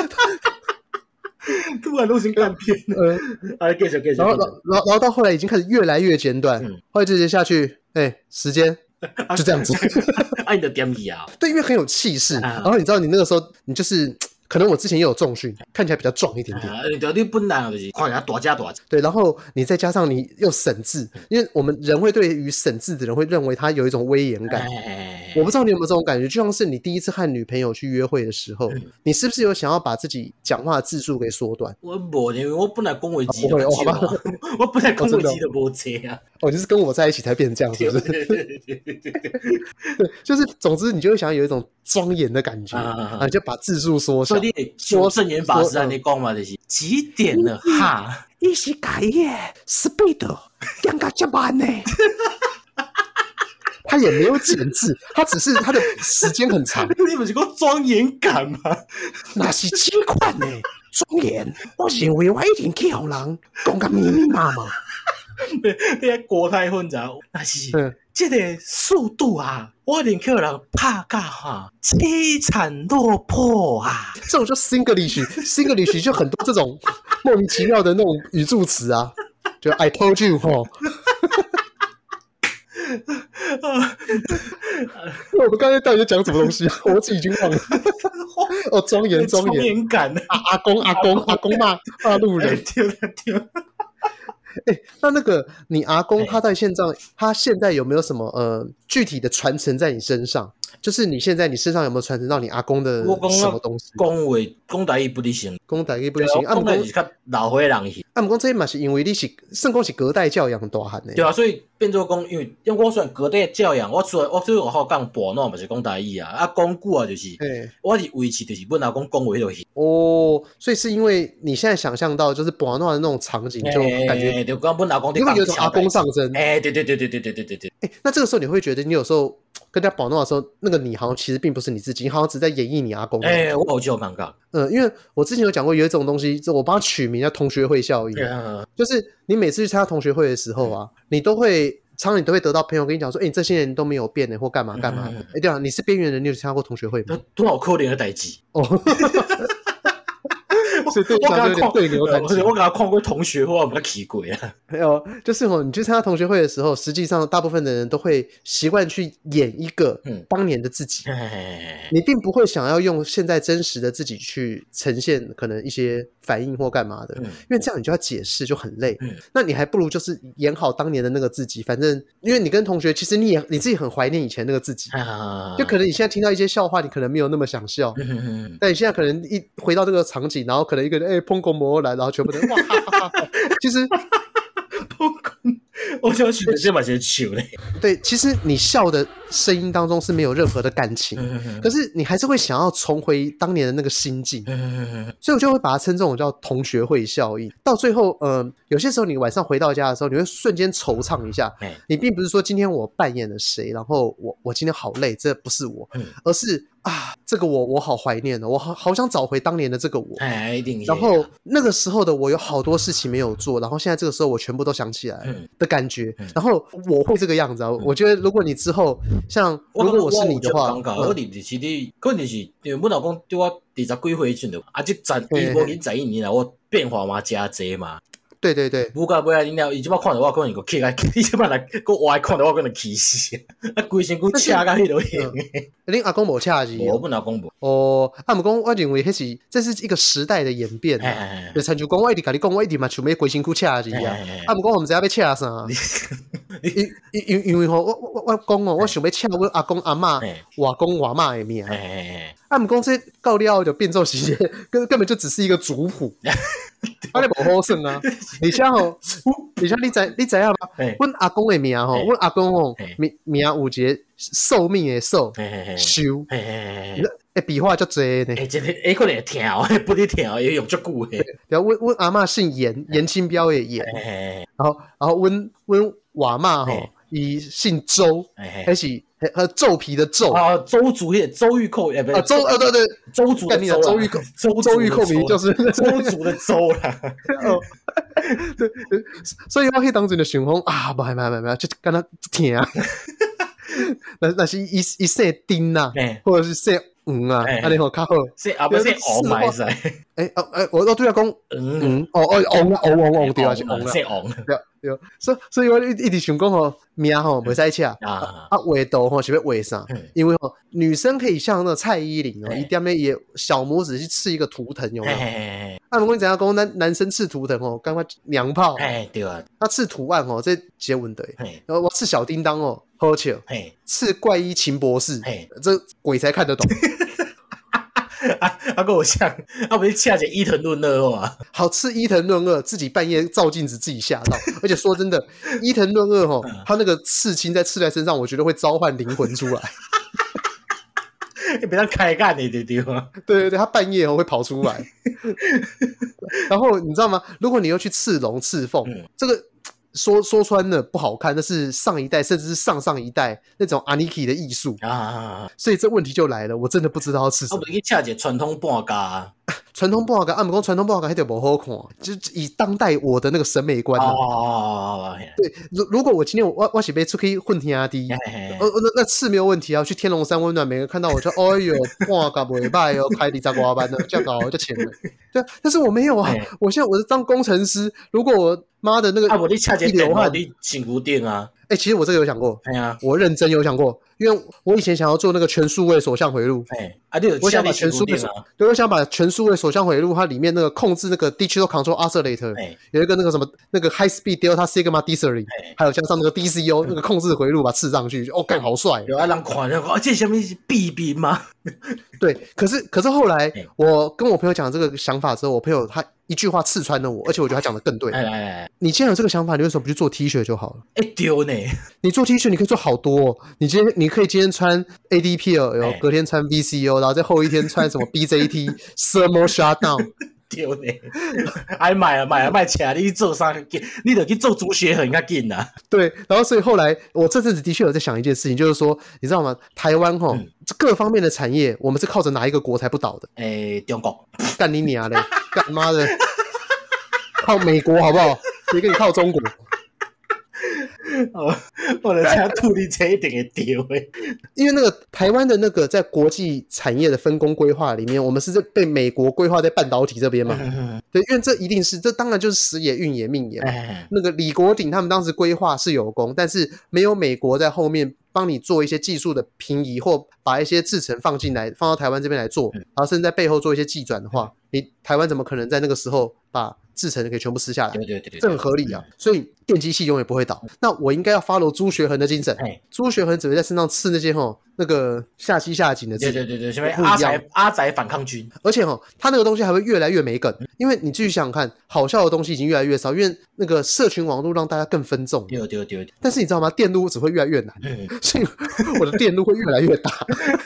突然流行干片，呃，啊，继续继续， 然后，然后，然后到后来已经开始越来越简短，嗯、后来直接下去，哎、欸，时间就这样子， 按你的点笔啊， 对，因为很有气势，然后你知道你那个时候你就是。可能我之前也有重训，看起来比较壮一点点。 啊，你本来就是看起来大家大家。 对，然后你再加上你又省字，因为我们人会对于省字的人会认为他有一种威严感。我不知道你有没有这种感觉，就像是你第一次和女朋友去约会的时候，嗯、你是不是有想要把自己讲话的字数给缩短？ 我不，因为我本来讲话机都不好，我本来讲话机都不接啊。 哦，你是跟我在一起才变成这样，是不是？对，就是总之你就会想要有一种庄严的感觉，啊，你就把字数缩小。 说正言法师啊，你讲嘛就是几点了哈？ 伊是改耶 ，speed 两个加班呢。 他也没有剪字，他只是他的时间很长。 你不是讲庄严感吗？ 那是这款呢，庄严。我认为我一定去互人讲个密密麻麻。 你喺国泰混杂，那是这个速度啊，我一定去互人拍到哈凄惨落魄啊。 这种就 Singlish，Singlish 就很多这种莫名其妙的那种语助词啊，就 I told you 吼。我们刚才到底在讲什么东西啊？我自己已经忘了。哦，庄严庄严， 庄严感啊！阿公阿公阿公骂骂路人， 对对。 哎、欸，那那个你阿公他在现在，他现在有没有什么呃具体的传承在你身上？就是你现在你身上有没有传承到你阿公的什么东西？ 讲话讲台语不离行， 讲台语不离行。 啊，讲台语是较老岁人去。 啊，毋讲这嘛是因为你是算讲是隔代教养大汉的。 对啊，所以变做讲，因为因为我算隔代教养，我出来我最后好讲跋喏嘛是讲台语啊，啊讲久啊就是，我是维持就是本来讲讲话就去。 哦，所以是因为你现在想象到就是跋喏的那种场景，就感觉就讲本来讲， 因为有种阿公上身。 哎、欸，对对对对对对对对对。 哎、欸，那这个时候你会觉得你有时候跟人家跋喏的时候，那个你好像其实并不是你自己，你好像只在演绎你阿公。 哎、欸，我好就尴尬。 嗯，因为我之前有讲过有一种东西，我帮他取名叫同学会效应，就是你每次去参加同学会的时候啊，你都会常常你都会得到朋友跟你讲说，哎、欸，你这些人都没有变的，或干嘛干嘛的。哎、欸，对啊，你是边缘人，你有参加过同学会吗？ 多少可怜的代志哦。 所以对你讲就有点对牛弹琴。 我给他看过同学会，我比较奇怪啊。 没有，就是哦，你去参加同学会的时候，实际上大部分的人都会习惯去演一个当年的自己，嗯、你并不会想要用现在真实的自己去呈现可能一些反应或干嘛的，嗯、因为这样你就要解释就很累。嗯、那你还不如就是演好当年的那个自己，反正因为你跟同学，其实你也你自己很怀念以前那个自己，就可能你现在听到一些笑话，你可能没有那么想笑，嗯、但你现在可能一回到这个场景，然后可能一个人哎砰公魔来，然后全部人哇哈哈哈，其实砰公，我想学这把些球嘞。 对，其实你笑的声音当中是没有任何的感情，嗯、可是你还是会想要重回当年的那个心境，嗯、所以我就会把它称这种叫同学会效应。到最后，嗯、呃，有些时候你晚上回到家的时候，你会瞬间惆怅一下。嗯、你并不是说今天我扮演了谁，然后我我今天好累，这不是我，嗯、而是。啊，这个我我好怀念哦，我好好想找回当年的这个我。 哎，一定。 然后那个时候的我有好多事情没有做，然后现在这个时候我全部都想起来了的感觉。嗯、然后我会这个样子啊，嗯、我觉得如果你之后像如果我是你的话， 我我你是你，可能是因为我老公对我二十几岁时阵啊，这十伊无零十一年啦，我变化嘛真济嘛。 对对对， 不到尾啊，你了，伊即摆看到我可能个气啊，伊即摆来个我看到我可能气死，啊，规身躯赤甲迄落样。 恁阿公无赤字？ 我本阿公无。 哦，啊，毋讲，我認為迄是這是一個時代的演變啊。就親像講，我一直甲你講，我一直嘛想要規身軀赤字啊。啊，毋講我毋知影要赤啥。因因因為吼，我我我講哦，我想要赤我阿公阿嬷、外公外嬷的命。啊，毋講這到了就變做是根根本就只是一個族譜。啊，你無好算啊！而且吼，而且你知你知影嗎？阮阿公的名吼，阮阿公吼名名有一個壽命的壽，壽，誒，筆畫足濟呢。 誒，這個誒可能會跳，不得跳，也用足久誒。 然後阮阮阿嬷姓嚴，嚴清標的嚴。然後然後阮阮外嬷吼，伊姓周，還是和皺皮的皺啊，周族也周玉蔻，啊周啊对对， 周族的周， 周玉蔻，周周玉蔻名就是周族的周啦。 哦，对，所以我迄当阵就想讲啊，不，没没没，就跟他疼啊。那那是一一姓丁呐，或者是姓黄啊，安尼好较好。 姓啊不是黄嘛是？ 哎哦哎，我我对他讲嗯嗯，哦哦黄黄黄黄对啊是黄啦， 姓黄对对，所以所以我一一直想讲吼，名吼袂使请啊啊，画图吼是要画啥？因为吼女生可以像那个蔡依林哦，一点咧也小拇指去刺一个图腾，有没有？啊，如果你怎样讲男男生刺图腾吼，感觉娘炮。 哎对啊， 那刺图案吼，这结问的。然后我刺小叮当哦，好笑。刺怪医秦博士，这鬼才看得懂。 啊，啊跟我像，啊不是恰起伊藤润二啊， 好吃伊藤润二，自己半夜照镜子自己吓到，而且说真的，伊藤润二吼，他那个刺青在刺在身上，我觉得会召唤灵魂出来。 你别让开干你对对吗？ 对对对，他半夜哦会跑出来。然后你知道吗？如果你又去刺龙刺凤，嗯、这个说说穿了不好看，那是上一代甚至是上上一代那种 Aniki 的艺术啊，所以这问题就来了，我真的不知道要吃什么。 我不去请一个传统半家。 传统不好看，啊，不过传统不好看，还得不好看，就以当代我的那个审美观啊。 哦， 对，如如果我今天我我是被出去混天涯地，呃，那那是没有问题啊。去天龙山温暖，每个人看到我就，哎呦，哇，嘎不拜哦，开第十八班的，这样搞就钱了。对，但是我没有啊，我现在我是当工程师，如果我妈的那个啊，我你恰一流汗，你辛苦点啊。 哎、欸，其实我这个有想过， 哎呀， 我认真有想过，因为我以前想要做那个全数位手相回路， 哎、欸，啊，你有我想把全数位，对，我想把全数位手相回路，它里面那个控制那个 digital control oscillator，、欸、有一个那个什么那个 high speed delta sigma discrete，、欸、还有加上那个 D C O、嗯、那个控制回路把它刺上去，哦，干好帅！ 有啊，让看那个，哦，这什么是弊病吗？ 对，可是可是后来、欸、我跟我朋友讲这个想法之后，我朋友他一句话刺穿了我，而且我觉得他讲的更对。哎哎哎，你既然有这个想法，你为什么不去做 T 恤就好了？ 哎、欸，丢呢！ 你做 T 恤，你可以做好多、哦。你今天你可以今天穿 A D P L L，、欸、隔天穿 V C O， 然后再后一天穿什么 B J T Thermal Shutdown。 丢呢！哎买啊买啊买起来，你去做啥？你得去做主血很较紧啊。 对，然后所以后来我这阵子的确有在想一件事情，就是说，你知道吗？台湾齁、嗯、各方面的产业，我们是靠着哪一个国才不倒的？ 哎、欸，中国。 干你娘嘞！干妈的！靠美国好不好？谁跟你靠中国？ 哦，我的家土地这一定会丢诶， 因为那个台湾的那个在国际产业的分工规划里面，我们是被美国规划在半导体这边嘛，嗯、对，因为这一定是，这当然就是时也运也命也嘛。嗯、那个李国鼎他们当时规划是有功，但是没有美国在后面帮你做一些技术的平移，或把一些制程放进来，放到台湾这边来做，然后甚至在背后做一些技转的话，你台湾怎么可能在那个时候把制程可以全部撕下来？ 对对对对， 这很合理啊。所以电机系永远不会倒。那我应该要 follow 朱学恒的精神。朱学恒只会在身上刺那些吼那个下西下井的字。 对对对对，什么阿宅阿宅反抗军。 而且吼，他那个东西还会越来越没梗，因为你继续想想看，好笑的东西已经越来越少，因为那个社群网络让大家更分众。 对对对。 但是你知道吗？电路只会越来越难，所以我的电路会越来越大。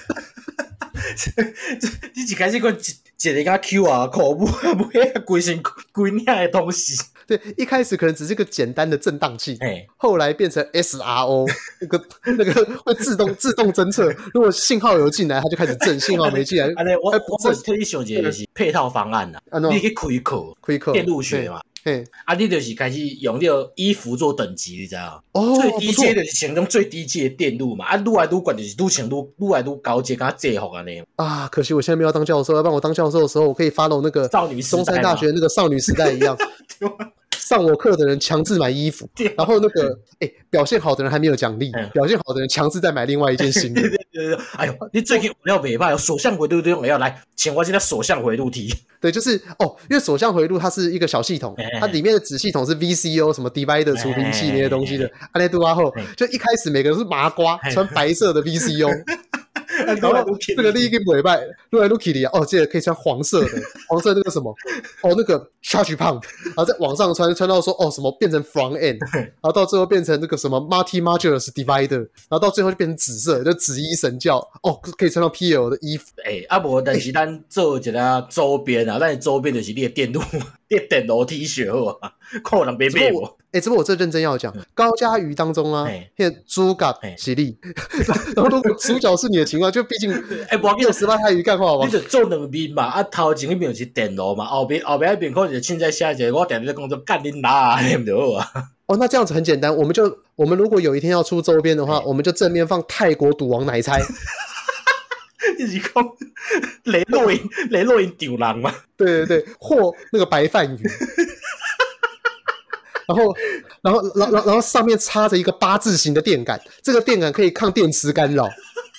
你一开始讲一个 Q R code， 不不要规身规领的东西。 对，一开始可能只是一个简单的震荡器，后来变成 S R O， 那个那个会自动自动侦测，如果信号有进来，它就开始震；信号没进来， 啊，我我特意想一个就是配套方案啦，你去开课， 开课电路学嘛。啊，你就是开始用这个衣服做等级，你知道吗？ 哦， 最低阶就是先用最低阶的电路嘛，啊，愈来愈悬就是愈穿愈愈来愈高阶，跟他制服安尼。 啊，可惜我现在没有当教授，要不然我当教授的时候，我可以 follow 那个少女时代中山大学那个少女时代一样。上我课的人强制买衣服，然后那个哎、欸、表现好的人还没有奖励，表现好的人强制再买另外一件新的。 对对对对，哎呦，你最近要袂歹，手相回路都用要来，请我现在手相回路题。 对，就是哦，因为手相回路它是一个小系统，它里面的子系统是 V C O 什么 divider 除频器那些东西的。阿内杜阿后就一开始每个人是麻瓜，穿白色的 V C O。然后这个另一个尾巴路来路去的哦，这个可以穿黄色的，黄色那个什么哦，那个 charge pump， 然后再往上穿，穿到说哦什么变成 front end， 然后到最后变成那个什么 multi modulus divider， 然后到最后就变成紫色，就紫衣神教哦，可以穿到 P L 的衣服。 哎、欸，啊无，但是咱做一个周边啊，咱周边就是你的电路，你的电路 T 恤好啊，看有人买买无？ 哎、欸，这不我这认真要讲，高嘉瑜当中啊，现在主角是你，然后如果主角是你的情况，就毕竟哎，无你有十八台语干话吗？ 你就做两面嘛，啊头前一边是电路嘛，后边后边一边可能就凊彩写一个，我定在讲做干你哪，你唔就好啊？ 哦，那这样子很简单，我们就我们如果有一天要出周边的话，我们就正面放泰国赌王奶猜。 你是讲雷洛因雷洛因丢人嘛？ 对对对，或那个白饭鱼。然后，然后，然后，然后上面插着一个八字形的电杆，这个电杆可以抗电磁干扰。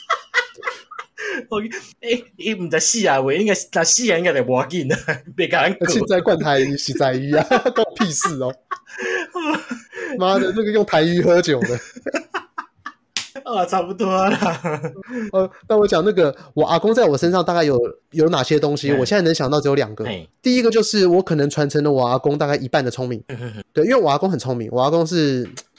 我诶，伊唔知死啊喂，应该那死啊应该就无要紧啦，别甲人。 现在灌台语是台语啊，关我屁事哦！妈的，那个用台语喝酒的。 啊，差不多啦。 呃，那我讲那个，我阿公在我身上大概有有哪些东西？我现在能想到只有两个。第一个就是我可能传承了我阿公大概一半的聪明。对，因为我阿公很聪明，我阿公是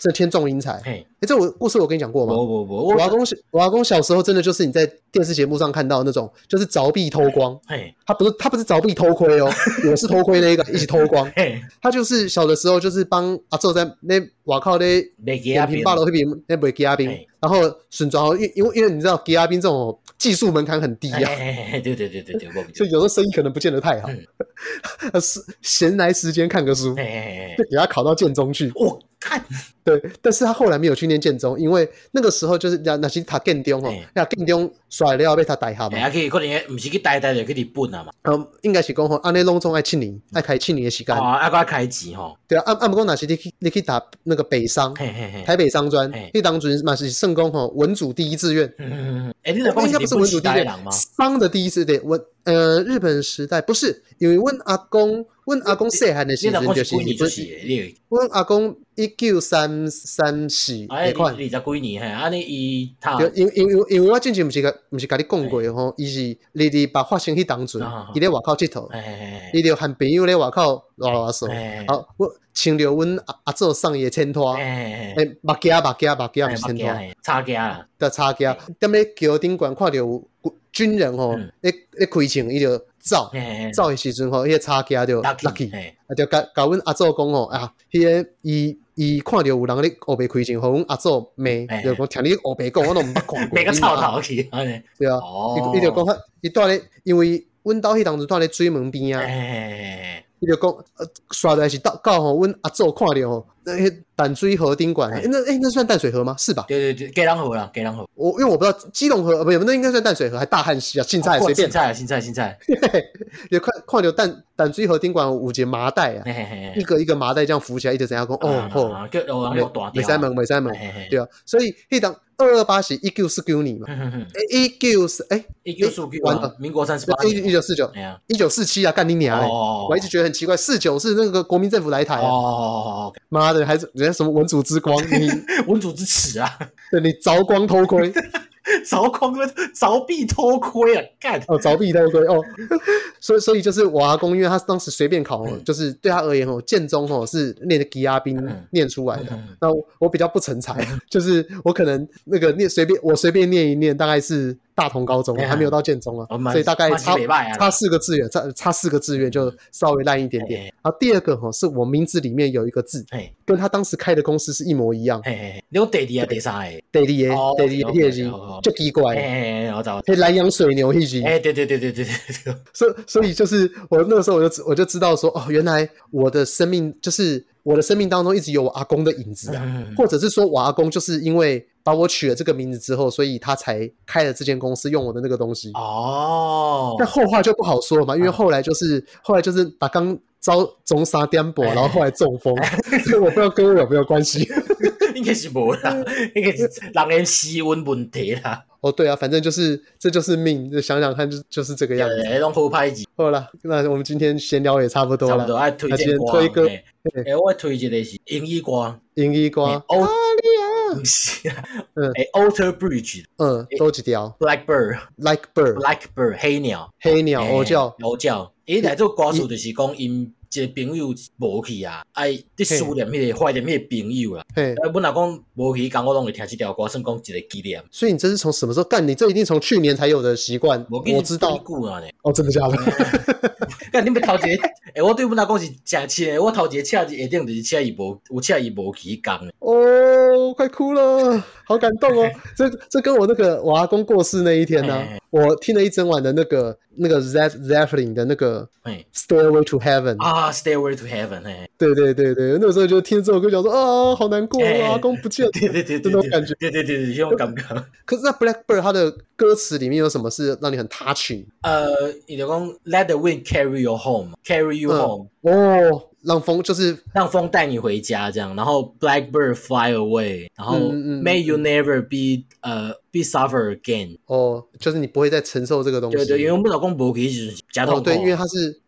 是天纵英才。哎，这我故事我跟你讲过吗？ 不不不， 我阿公我阿公小时候真的就是你在电视节目上看到那种，就是凿壁偷光。他不是他不是凿壁偷窥哦，我是偷窥那个一起偷光。他就是小的时候就是帮阿祖在那外口咧电瓶八楼那边那卖鸡仔冰，然后顺转后，因因为因为你知道鸡仔冰这种技术门槛很低啊， 对对对对对， 所以有时候生意可能不见得太好。闲来时间看个书，就给他考到建中去。 我看， 对，但是他后来没有去念建中，因为那个时候就是那是他建中哦，那建中甩了被他带下嘛。 啊，可能不是去带带就去日本啊嘛。 嗯，应该是讲吼，安尼拢总爱七年，爱开七年的时间。 哦，爱爱开钱吼。 对啊，按按不过那是你去你去打那个北商，台北商专，那当阵嘛是圣公吼文组第一志愿。 嗯嗯嗯。哎，你的应该不是文组第一志愿吗？商的第一志愿，文呃日本时代不是，因为阮阿公。阮阿公细汉的时阵就是日本，阮阿公一九三三四那款， 二十几年嘿，安尼伊他， 因因因因为我之前毋是甲毋是甲你讲过吼，伊是二二八发生迄当阵，伊咧外口佚佗，伊就和朋友咧外口拉拉手，好，我穿着阮阿阿祖送伊的衬拖，诶，目镜目镜目镜毋是衬拖， 插镜啦， 的插镜，踮咧桥顶管看着军人吼，咧咧开枪，伊就。走走的时阵吼，迄个插架就 lucky， 啊，就甲甲阮阿祖讲吼啊，迄个伊伊看到有人咧黑白开枪，互阮阿祖骂，就讲听你黑白讲，我都毋捌看过。 骂个臭头去， 对啊，伊伊就讲伊住咧，因为阮兜迄当阵住咧水门边啊。伊就讲，呃，刷来是到到吼，阮阿祖看到吼，那迄淡水河顶管，那诶、欸，那算淡水河吗？是吧？ 对对对，基隆河啦，基隆河。 我因为我不知道基隆河，不，那应该算淡水河，还大汉溪啊，凊彩随便。 凊彩，凊彩，凊彩。 就看看到淡淡水河顶管有一个麻袋啊，一个一个麻袋这样浮起来，一直怎样讲？哦吼，袂使问，袂使问，对啊，所以迄当。二二八是一九四九年嘛，一九四哎， 一九四九完了，民国三十八年， 一九四九，一九四七啊，干你娘嘞！我一直觉得很奇怪，四九是那个国民政府来台啊， 哦， 妈的，还是人家什么文主之光，你文主之耻啊， 对你凿光偷窥。 凿光跟凿壁偷窥啊，干哦，凿壁偷窥哦，所以所以就是我阿公，因为他当时随便考，嗯、就是对他而言哦，建中哦是念的吉阿兵念出来的，嗯、那 我, 我比较不成才，嗯、就是我可能那个念随便我随便念一念，大概是大同高中，嗯、还没有到建中啊，嗯、所以大概差差四个志愿，差差四个志愿就稍微烂一点点。嗯、然后第二个哈是我名字里面有一个字，嗯、跟他当时开的公司是一模一样。 你有第二个第三个？ 第二个第二个迄个字。就奇怪， 哎，我知道， 那南洋水牛迄集， 哎，对对对对对对对， 所以所以就是我那个时候我就我就知道说，哦，原来我的生命就是我的生命当中一直有我阿公的影子啊，嗯、或者是说我阿公就是因为把我取了这个名字之后，所以他才开了这间公司，用我的那个东西。 哦， 但后话就不好说了嘛，因为后来就是、嗯、后来就是把刚招中沙颠簸，然后后来中风，所以我不知道跟我有没有关系。 应该是无啦，应该是人的时运问题啦。 哦，对啊，反正就是这就是命，就想想看就，就就是这个样子。 对，拢好歹字。 好了，那我们今天闲聊也差不多了。 差不多，爱推荐歌。 推歌， 诶，我推荐的是英语歌。 英语歌。 哦，不是啊，嗯，诶 ，Alter Bridge。 嗯，多一条。 Blackbird。Like bird。Like bird， 黑鸟。 黑鸟，乌鸟。 乌鸟。伊来做歌词就是讲因。一个朋友无去啊，爱伫思念迄个怀念迄个朋友啦。哎，阮若讲无去讲，我拢会听这条歌，算讲一个纪念。 所以你这是从什么时候干？你这一定从去年才有的习惯。我知道。哦，真的假的？ 干你们头一个，诶，我对阮阿公是诚亲诶。我头一个车下顶就是车伊无，有车伊无去讲诶。 哦，快哭了，好感动哦！这这跟我那个我阿公过世那一天呢、啊，我听了一整晚的那个那个 Zeppelin 的那个 Stairway to Heaven 啊 ，Stairway to Heaven， 哎， 对对对对，那时候就听这首歌，讲说啊，好难过啊，阿公不见了， 对对对， 这种感觉， 对对对对，这种感觉。 可是那 Blackbird 它的歌词里面有什么是让你很 touching？ 呃，你就讲 Let the wind carry you home，carry you home、 嗯。哦。让风就是让风带你回家这样，然后 Blackbird fly away， 然后、嗯嗯、May you never be 呃、uh, be suffer again。 哦，就是你不会再承受这个东西。 对对，因为我们老公不可以就是加痛苦。 哦，对，因为他是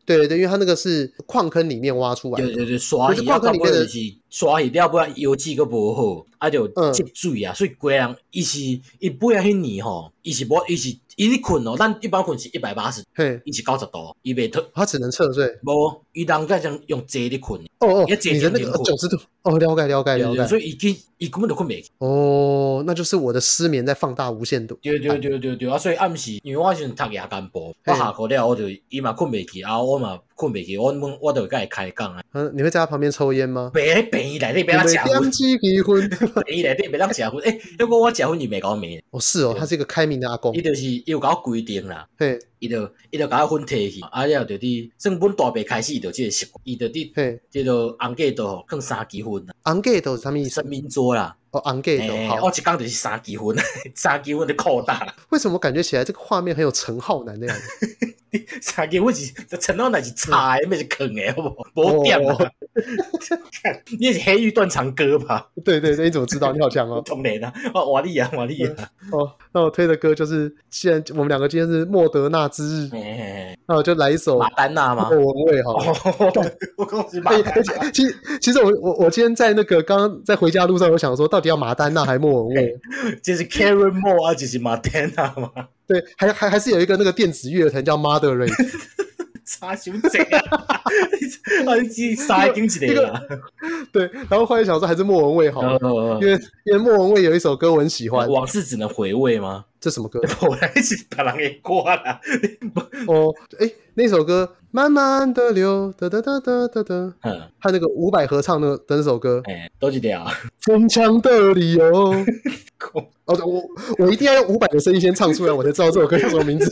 对对对，因为它那个是矿坑里面挖出来的。 对对对，刷鱼啊，到尾就是刷鱼了，不然油脂佫无好，啊就积水啊，嗯、所以规人伊是伊尾啊迄年吼，伊是无伊是伊咧困哦，咱一般困是一百八十，伊是九十度，伊袂脱， 他只能侧睡。 无，伊人家将用坐咧困。 哦哦，你的那个九十度，哦，了解了解了解。 所以伊根伊根本就困袂起。 哦，那就是我的失眠在放大无限度。 对对对对对啊！所以暗时，因为我是读夜间部，我下课了，我就伊嘛困袂起，啊，我嘛困袂起，我我我就甲伊开讲啊。 嗯，你会在他旁边抽烟吗？ 别便宜内底别当食薰，便宜内底别当食薰。诶，如果我食薰，伊袂甲我骂。 哦，是哦，他是一个开明的阿公。 伊就是伊有甲我规定啦， 嘿， 伊就伊就甲我薰摕去，啊了就伫算本大伯开始，伊就即个习惯，伊就伫嘿，即个红架度放三支薰啦。 红架度是啥物意思？ 神明桌啦。 哦，红架度，好， 我一讲就是三支薰，三支薰就扩大。 为什么感觉起来这个画面很有陈浩南的样子？ 三支薰是陈浩南是差的，咩是坑的，好无？无点啊！你是黑玉断肠歌吧？ 对对对，你怎么知道？你好强哦！ 当然啦，我瓦力啊，瓦力啊！ 哦，那我推的歌就是，既然我们两个今天是莫德纳之日，那我就来一首马丹娜吗？ 莫文蔚哈。 我告诉你，马丹娜。 其实其实我我我今天在那个刚刚在回家路上，我想说，到底要马丹娜还是莫文蔚？ 就是 Karen Moore 啊，就是马丹娜嘛。 对，还还还是有一个那个电子乐团叫 Mother Rate。 差伤济啊！啊，你只杀经一个啦。 对，然后后来想说还是莫文蔚好了，因为因为莫文蔚有一首歌我很喜欢。 往事只能回味吗？ 这什么歌？ 我来是别人的歌啦。 哦，哎，那首歌慢慢的流，哒哒哒哒哒哒。嗯，和那个伍佰合唱的那首歌， 哎，都是条坚强的理由。哦，我我一定要用伍佰的声音先唱出来，我才知道这首歌叫什么名字。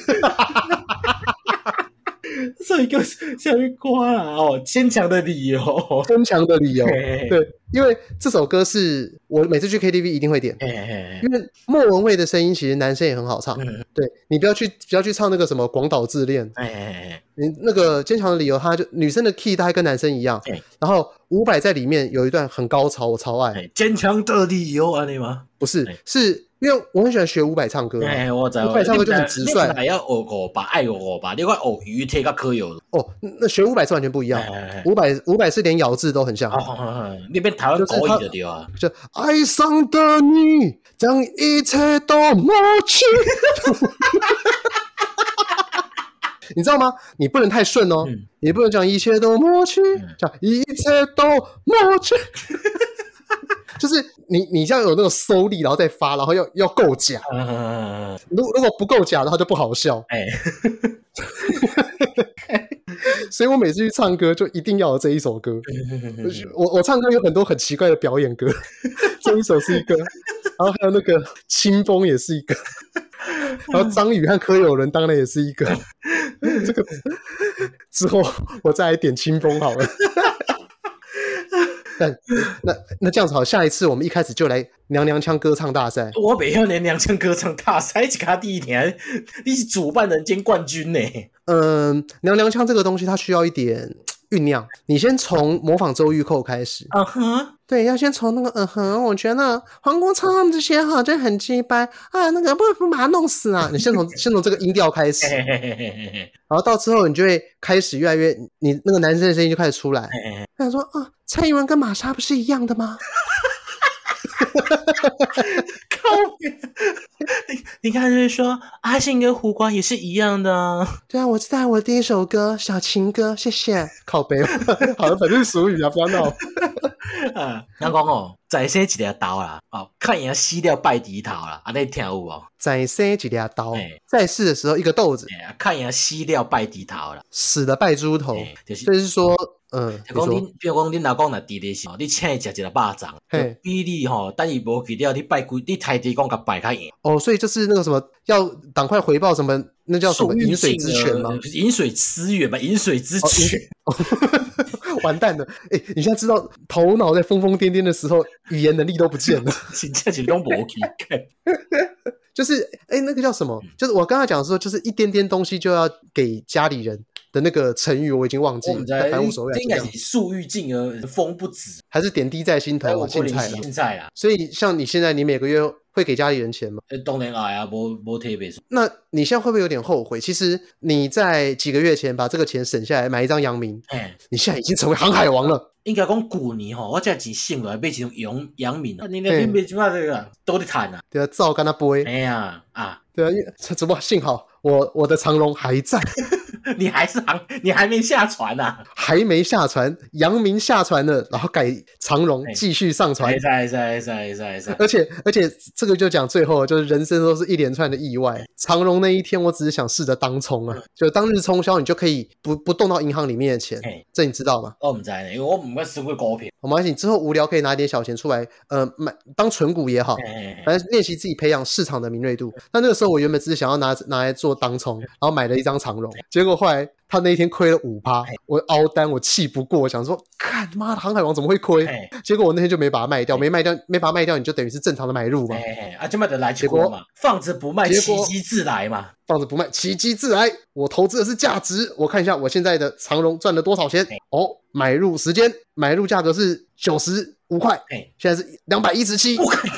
所以就是下面歌啦哦，坚强的理由， 坚强的理由，对，因为这首歌是我每次去 K T V 一定会点，因为莫文蔚的声音其实男生也很好唱，嗯、对你不要去不要去唱那个什么广岛自恋，你那个坚强的理由，他就女生的 key 大概跟男生一样，然后伍佰在里面有一段很高潮，我超爱， 坚强的理由啊，你吗？ 不是，是。因为我很喜欢学伍佰唱歌， 哎，我知， 伍佰唱歌就很直率。 你要学五把，爱学五把，你看学鱼贴甲可有哦，那学伍佰是完全不一样。伍佰伍佰是连咬字都很像。 哦，那边台湾国语的对啊， 就爱上的你，将一切都抹去。你知道吗？你不能太顺哦，嗯、你不能讲一切都抹去，讲、嗯、一切都抹去。就是你，你这样有那种收力，然后再发，然后要要够假。嗯、如如果不够假的话，就不好笑。哎、欸，所以我每次去唱歌，就一定要有这一首歌。我我唱歌有很多很奇怪的表演歌，这一首是一个，然后还有那个清风也是一个，然后张宇和柯有伦当然也是一个。这个之后我再来点清风好了。但那那这样子好，下一次我们一开始就来娘娘腔歌唱大赛。 我不要娘娘腔歌唱大赛，一卡第一天，你是主办人兼冠军呢。 嗯，娘娘腔这个东西它需要一点酝酿，你先从模仿周玉蔻开始。嗯哼，对，要先从那个嗯哼，我觉得黄国昌他们这些好像很鸡掰啊，那个不不把他弄死啊！你先从先从这个音调开始，然后到之后你就会开始越来越，你那个男生的声音就开始出来。他说啊，蔡英文跟玛莎不是一样的吗？ 靠你你看就是说阿信跟胡瓜也是一样的啊。 对啊，我知道我的第一首歌小情歌，谢谢。靠北好像反正俗语啊，不要闹。 啊，人讲哦，再生一条刀啦，哦，看人死掉拜低头啦，啊，你听有无？ 再生一条刀，在世的时候一个豆子， 看人死掉拜低头啦， 死的拜猪头，就是就是说。嗯， 比如讲恁，比如讲恁老公若伫咧时候，你请伊食一个肉粽，比你吼等伊无去了，你拜鬼，你台地讲甲拜较赢。 哦，所以就是那个什么，要赶快回报什么，那叫什么饮水之权吗？ 饮水思源吧，饮水之权。 哦、完蛋了！哎、欸，你现在知道头脑在疯疯癫癫的时候，语言能力都不见了， 真正是拢无去看。 就是哎、欸，那个叫什么？就是我刚才讲的说，就是一点点东西就要给家里人。的那个成语我已经忘记了，但反正无所谓。 应该是树欲静而风不止， 还是点滴在心头啊？ 现在啦， 所以像你现在，你每个月会给家里人钱吗？ 呃，当然爱啊，无无特别。 那你现在会不会有点后悔？其实你在几个月前把这个钱省下来买一张阳明，你现在已经成为航海王了。 应该讲旧年吼，我才钱省来买一张阳阳明啊，你那你买即摆这个都在赚啊。 对啊，照跟他背。 哎呀啊， 对啊，因为怎么幸好我我的长荣还在。 你还是航，你还没下船啊？ 还没下船，阳明下船了，然后改长荣继续上船。 在在在在在。 而且而且这个就讲最后，就是人生都是一连串的意外。长荣那一天，我只是想试着当冲啊，就当日冲销，你就可以不不动到银行里面的钱。这你知道吗？ 我不知道呢，因为我没试过股票。 没关系，你之后无聊可以拿点小钱出来，呃，买当存股也好，反正练习自己培养市场的敏锐度。那那个时候我原本只是想要拿拿来做当冲，然后买了一张长荣，结果后来他那一天亏了 百分之五， 我凹单，我气不过，我想说看妈的航海王怎么会亏，结果我那天就没把它卖掉，没卖掉没把它卖掉，你就等于是正常的买入嘛。 啊，就卖得来结果嘛，放着不卖，奇迹自来嘛。 放着不卖，奇迹自来。我投资的是价值，我看一下我现在的长荣赚了多少钱。哦，买入时间，买入价格是九十五块，现在是两百一十七。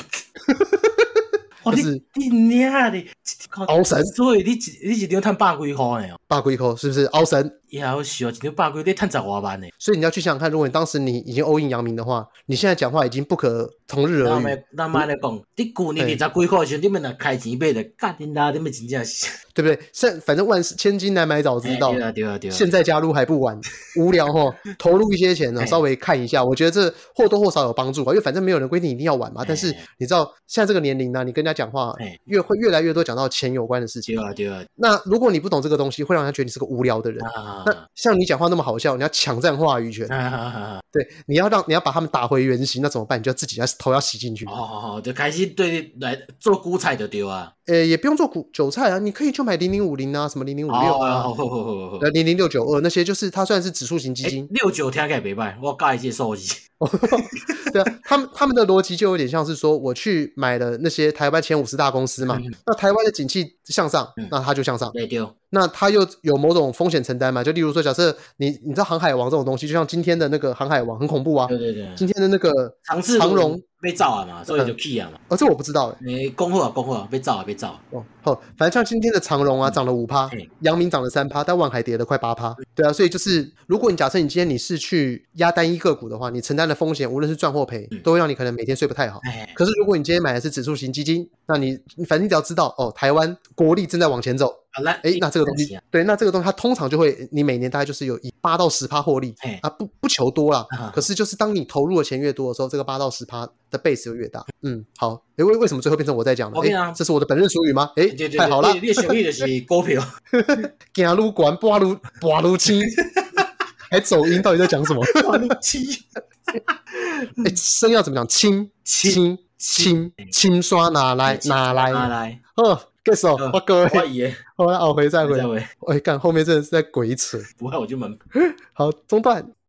哦，就是你你啊你， 熬神， 所以你一你一张赚百几块呢哦， 百几块是不是熬神？ 要死哦，一张百几，你赚十外万呢。 所以你要去想想看，如果你当时你已经 all in 阳明的话，你现在讲话已经不可同日而语。 那慢来讲，你旧年二十几块的时候，你们若开钱买的，干你啦，你们真正是， 对不对？现反正万事千金难买早知道， 对啊对啊对啊， 现在加入还不晚。无聊齁，投入一些钱呢，稍微看一下，我觉得这或多或少有帮助吧。因为反正没有人规定一定要玩嘛。但是你知道，现在这个年龄呢，你跟人家讲话，越会越来越多讲到钱有关的事情。 对啊对啊。 那如果你不懂这个东西，会让人家觉得你是个无聊的人。那像你讲话那么好笑，你要抢占话语权，对，你要让你要把他们打回原形，那怎么办？你就要自己要头要洗进去。 哦哦，就开始对来做韭菜就对啊。 呃，也不用做韭韭菜啊，你可以就买零零五零啊，什么零零五六啊，呃，零零六九二那些，就是它算是指数型基金。 六九听起来没歹，我介意这数字。 对啊，他们他们的逻辑就有点像是说，我去买了那些台湾前五十大公司嘛，嗯、那台湾的景气向上，嗯、那它就向上。 对对。 那它又有某种风险承担嘛？就例如说，假设你你知道航海王这种东西，就像今天的那个航海王很恐怖啊。 对对对。 今天的那个长荣被造啊嘛，所以就起啊嘛。 哦，这我不知道哎。 你讲好啊，讲好啊，被造啊，被造。 哦，好，反正像今天的长荣啊，涨了五趴，阳明涨了三趴，但万海跌了快八趴。对啊，所以就是如果你假设你今天你是去压单一个股的话，你承担的风险无论是赚或赔，都会让你可能每天睡不太好。可是如果你今天买的是指数型基金，那你反正你只要知道哦，台湾国力正在往前走。哎，那这个东西，对，那这个东西它通常就会，你每年大概就是有以八到十趴获利啊，不不求多啦，可是就是当你投入的钱越多的时候，这个八到十趴的 base 就越大。嗯，好，哎，为为什么最后变成我在讲呢？哎，这是我的本日俗语吗？哎，太好了， 你想的就是股票， 行路管，拔路拔路轻，还走音，到底在讲什么？ 拔路轻， 哎，声要怎么讲？轻轻轻轻刷拿来拿来拿来， 哦。结束，我各位，好，来，后回再回。 再回， 哎，干，后面真的是在鬼扯。 不会，我就猛。 好，中断。